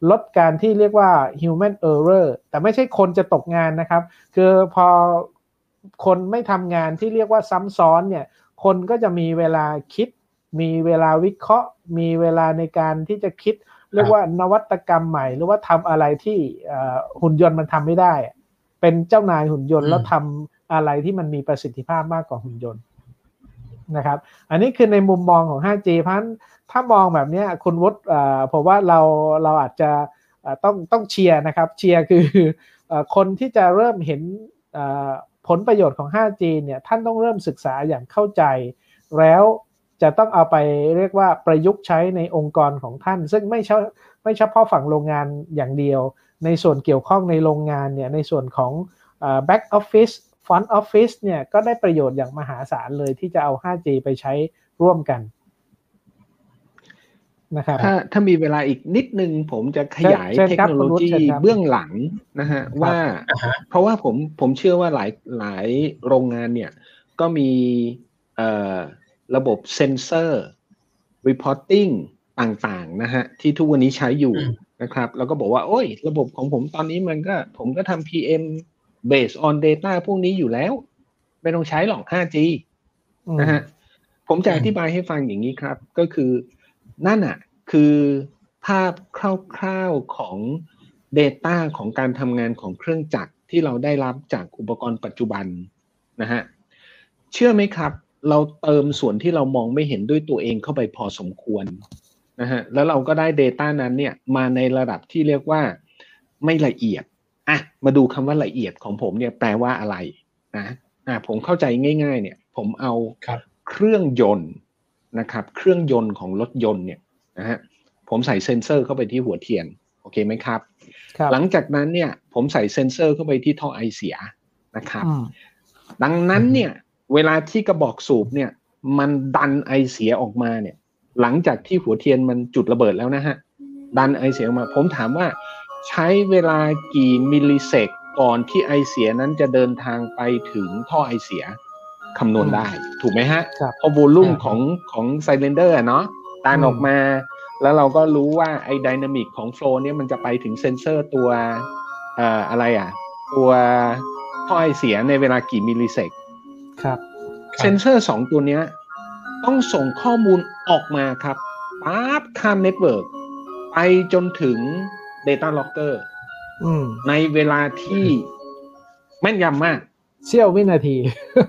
ลดการที่เรียกว่า human error แต่ไม่ใช่คนจะตกงานนะครับคือพอคนไม่ทำงานที่เรียกว่าซ้ำซ้อนเนี่ยคนก็จะมีเวลาคิดมีเวลาวิเคราะห์มีเวลาในการที่จะคิดเรียกว่านวัตกรรมใหม่หรือว่าทำอะไรที่หุ่นยนต์มันทำไม่ได้เป็นเจ้านายหุ่นยนต์แล้วทำอะไรที่มันมีประสิทธิภาพมากกว่าหุ่นยนต์นะครับอันนี้คือในมุมมองของ 5G เพราะฉะนั้นถ้ามองแบบนี้คุณวุฒิผมว่าเราอาจจะต้องเชียร์นะครับเชียร์คือคนที่จะเริ่มเห็นผลประโยชน์ของ 5G เนี่ยท่านต้องเริ่มศึกษาอย่างเข้าใจแล้วจะต้องเอาไปเรียกว่าประยุกต์ใช้ในองค์กรของท่านซึ่งไม่เฉพาะฝั่งโรงงานอย่างเดียวในส่วนเกี่ยวข้องในโรงงานเนี่ยในส่วนของback office front office เนี่ยก็ได้ประโยชน์อย่างมหาศาลเลยที่จะเอา 5G ไปใช้ร่วมกันนะครับถ้ามีเวลาอีกนิดนึงผมจะขยายเทคโนโลยีเบื้องหลังนะฮะว่าเพราะว่าผมเชื่อว่าหลายโรงงานเนี่ยก็มีระบบเซ็นเซอร์ reporting ต่างๆนะฮะที่ทุกวันนี้ใช้อยู่นะครับแล้วก็บอกว่าโอ้ยระบบของผมตอนนี้ผมก็ทำ PM based on data พวกนี้อยู่แล้วไม่ต้องใช้หรอก 5G นะฮะผมจะอธิบายให้ฟังอย่างนี้ครับก็คือนั่นน่ะคือภาพคร่าวๆของ data ของการทำงานของเครื่องจักรที่เราได้รับจากอุปกรณ์ปัจจุบันนะฮะเชื่อไหมครับเราเติมส่วนที่เรามองไม่เห็นด้วยตัวเองเข้าไปพอสมควรนะฮะแล้วเราก็ได้ data นั้นเนี่ยมาในระดับที่เรียกว่าไม่ละเอียดมาดูคำว่าละเอียดของผมเนี่ยแปลว่าอะไรนะผมเข้าใจง่ายๆเนี่ยผมเอาเครื่องยนต์นะครับเครื่องยนต์ของรถยนต์เนี่ยนะฮะผมใส่เซ็นเซอร์เข้าไปที่หัวเทียนโอเคไหมครับหลังจากนั้นเนี่ยผมใส่เซ็นเซอร์เข้าไปที่ท่อไอเสียนะครับดังนั้นเนี่ยเวลาที่กระบอกสูบเนี่ยมันดันไอเสียออกมาเนี่ยหลังจากที่หัวเทียนมันจุดระเบิดแล้วนะฮะดันไอเสียออกมาผมถามว่าใช้เวลากี่มิลลิเซกก่อนที่ไอเสียนั้นจะเดินทางไปถึงท่อไอเสียคำนวณได้ถูกไหมฮะเพราะโวลูมของไซเลนเดอร์เนาะดันออกมาแล้วเราก็รู้ว่าไอ้ไดนามิกของโฟลว์เนี่ยมันจะไปถึงเซนเซอร์ตัวอะไรตัวท่อไอเสียในเวลากี่มิลลิเซกครับเซนเซอร์2ตัวเนี้ยต้องส่งข้อมูลออกมาครับปั๊บข้ามเน็ตเวิร์กไปจนถึง Data Logger ในเวลาที่แม่นยำมากเสี้ยววินาที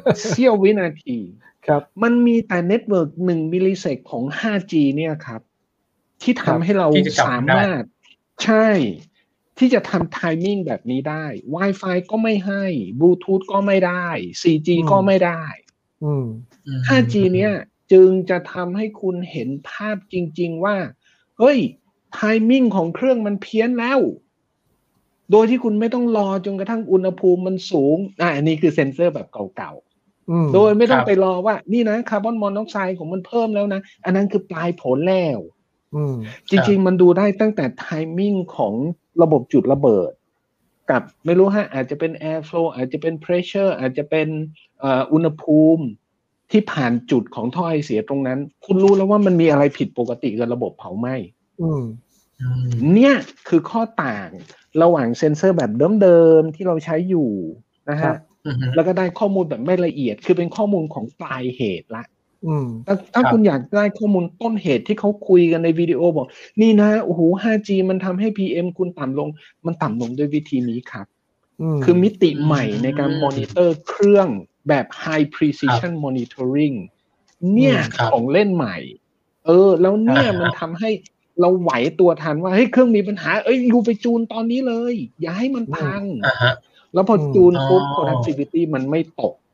ครับมันมีแต่เน็ตเวิร์ก1มิลลิเซกของ 5G เนี่ยครับที่ทำให้เราสามารถใช่ที่จะทำไทมิ่งแบบนี้ได้ Wi-Fi ก็ไม่ให้ Bluetooth ก็ไม่ได้ 4G ก็ไม่ได้ 5G เนี่ยจึงจะทำให้คุณเห็นภาพจริงๆว่าเฮ้ยไทมิ่งของเครื่องมันเพี้ยนแล้วโดยที่คุณไม่ต้องรอจนกระทั่งอุณหภูมิมันสูงอันนี้คือเซ็นเซอร์แบบเก่าๆโดยไม่ต้องไปรอว่านี่นะคาร์บอนมอนอกไซด์ของมันเพิ่มแล้วนะอันนั้นคือปลายผลแล้วจริงๆมันดูได้ตั้งแต่ไทมิ่งของระบบจุดระเบิดกับไม่รู้ฮะอาจจะเป็น air flow อาจจะเป็น pressure อาจจะเป็นอุณหภูมิที่ผ่านจุดของท่อไอเสียตรงนั้นคุณรู้แล้วว่ามันมีอะไรผิดปกติกับระบบเผาไหม้เนี่ยคือข้อต่างระหว่างเซ็นเซอร์แบบเดิมๆที่เราใช้อยู่นะฮะแล้วก็ได้ข้อมูลแบบไม่ละเอียดคือเป็นข้อมูลของปลายเหตุละถ้าคุณอยากได้ข้อมูลต้นเหตุที่เขาคุยกันในวิดีโอบอกนี่นะโอ้โห 5G มันทำให้ PM คุณต่ำลงมันต่ำลงด้วยวิธีนี้ครับคือมิติใหม่ในการมอนิเตอร์เครื่องแบบ high precision monitoring เนี่ยของเล่นใหม่แล้วเนี่ยมันทำให้เราไหวตัวทันว่าเฮ้ยเครื่องมีปัญหายูไปจูนตอนนี้เลยอย่าให้มันพังแล้วพอจูนปุ๊บ productivity มันไม่ตก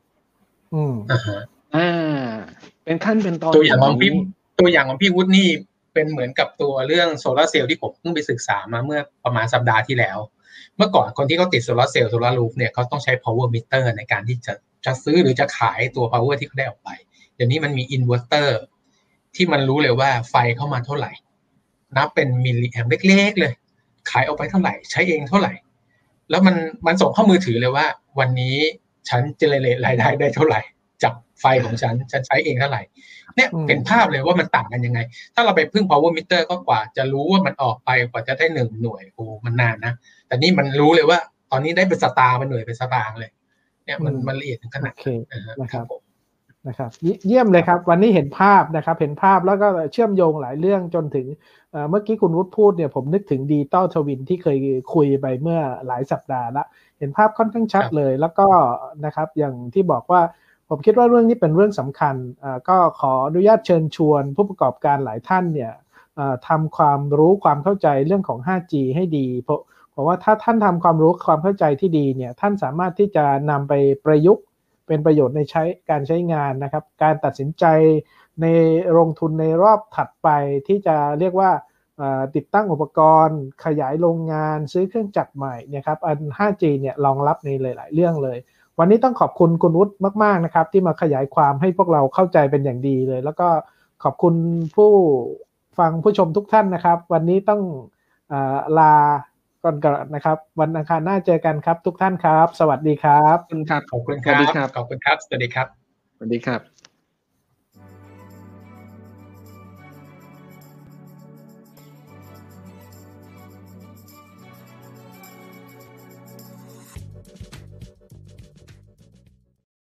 เป็นขั้นเป็นตอนตัวอย่างของพี่วุฒินี่เป็นเหมือนกับตัวเรื่องโซลาร์เซลล์ที่ผมเพิ่งไปศึกษามาเมื่อประมาณสัปดาห์ที่แล้วเมื่อก่อนคนที่เขาติดโซลาร์เซลล์โซลาร์รูฟเนี่ยเขาต้องใช้ power meter ในการที่จะซื้อหรือจะขายตัว power ที่เขาได้ออกไปเดี๋ยวนี้มันมี inverter ที่มันรู้เลยว่าไฟเข้ามาเท่าไหร่นับเป็นมิลลิแอมป์เล็กๆเลยขายออกไปเท่าไหร่ใช้เองเท่าไหร่แล้วมันส่งเข้ามือถือเลยว่าวันนี้ฉันเจเนเรตรายได้ได้เท่าไหร่จับไฟของฉันใช้เองเท่าไหร่เนี่ยเห็นภาพเลยว่ามันต่างกันยังไงถ้าเราไปพึ่ง power meter ก็กว่าจะรู้ว่ามันออกไปกว่าจะได้1 หน่วยโอ้มันนานนะแต่นี่มันรู้เลยว่าตอนนี้ได้เป็นสตาร์เป็นหน่วยเป็นสตางค์เลยเนี่ยมันละเอียดถึงขนาดนะครับเยี่ยมเลยครับวันนี้เห็นภาพนะครับเห็นภาพแล้วก็เชื่อมโยงหลายเรื่องจนถึงเมื่อกี้คุณวุฒิพูดเนี่ยผมนึกถึงดิจิตอลทวินที่เคยคุยไปเมื่อหลายสัปดาห์ละเห็นภาพค่อนข้างชัดเลยแล้วก็นะครับอย่างที่บอกว่าผมคิดว่าเรื่องนี้เป็นเรื่องสำคัญก็ขออนุญาตเชิญชวนผู้ประกอบการหลายท่านเนี่ยทำความรู้ความเข้าใจเรื่องของ 5G ให้ดีเพราะว่าถ้าท่านทำความรู้ความเข้าใจที่ดีเนี่ยท่านสามารถที่จะนำไปประยุกต์เป็นประโยชน์ในการใช้งานนะครับการตัดสินใจในลงทุนในรอบถัดไปที่จะเรียกว่าติดตั้งอุปกรณ์ขยายโรงงานซื้อเครื่องจักรใหม่นะครับอัน 5G เนี่ยรองรับในหลายๆเรื่องเลยวันนี้ต้องขอบคุณคุณวุฒิมากๆนะครับที่มาขยายความให้พวกเราเข้าใจเป็นอย่างดีเลยแล้วก็ขอบคุณผู้ฟังผู้ชมทุกท่านนะครับวันนี้ต้องลาก่อนนะครับวันอังคารหน้าเจอกันครับทุกท่านครับสวัสดีครับขอบคุณครับขอบคุณครับสวัสดีครับสวัสดีครับ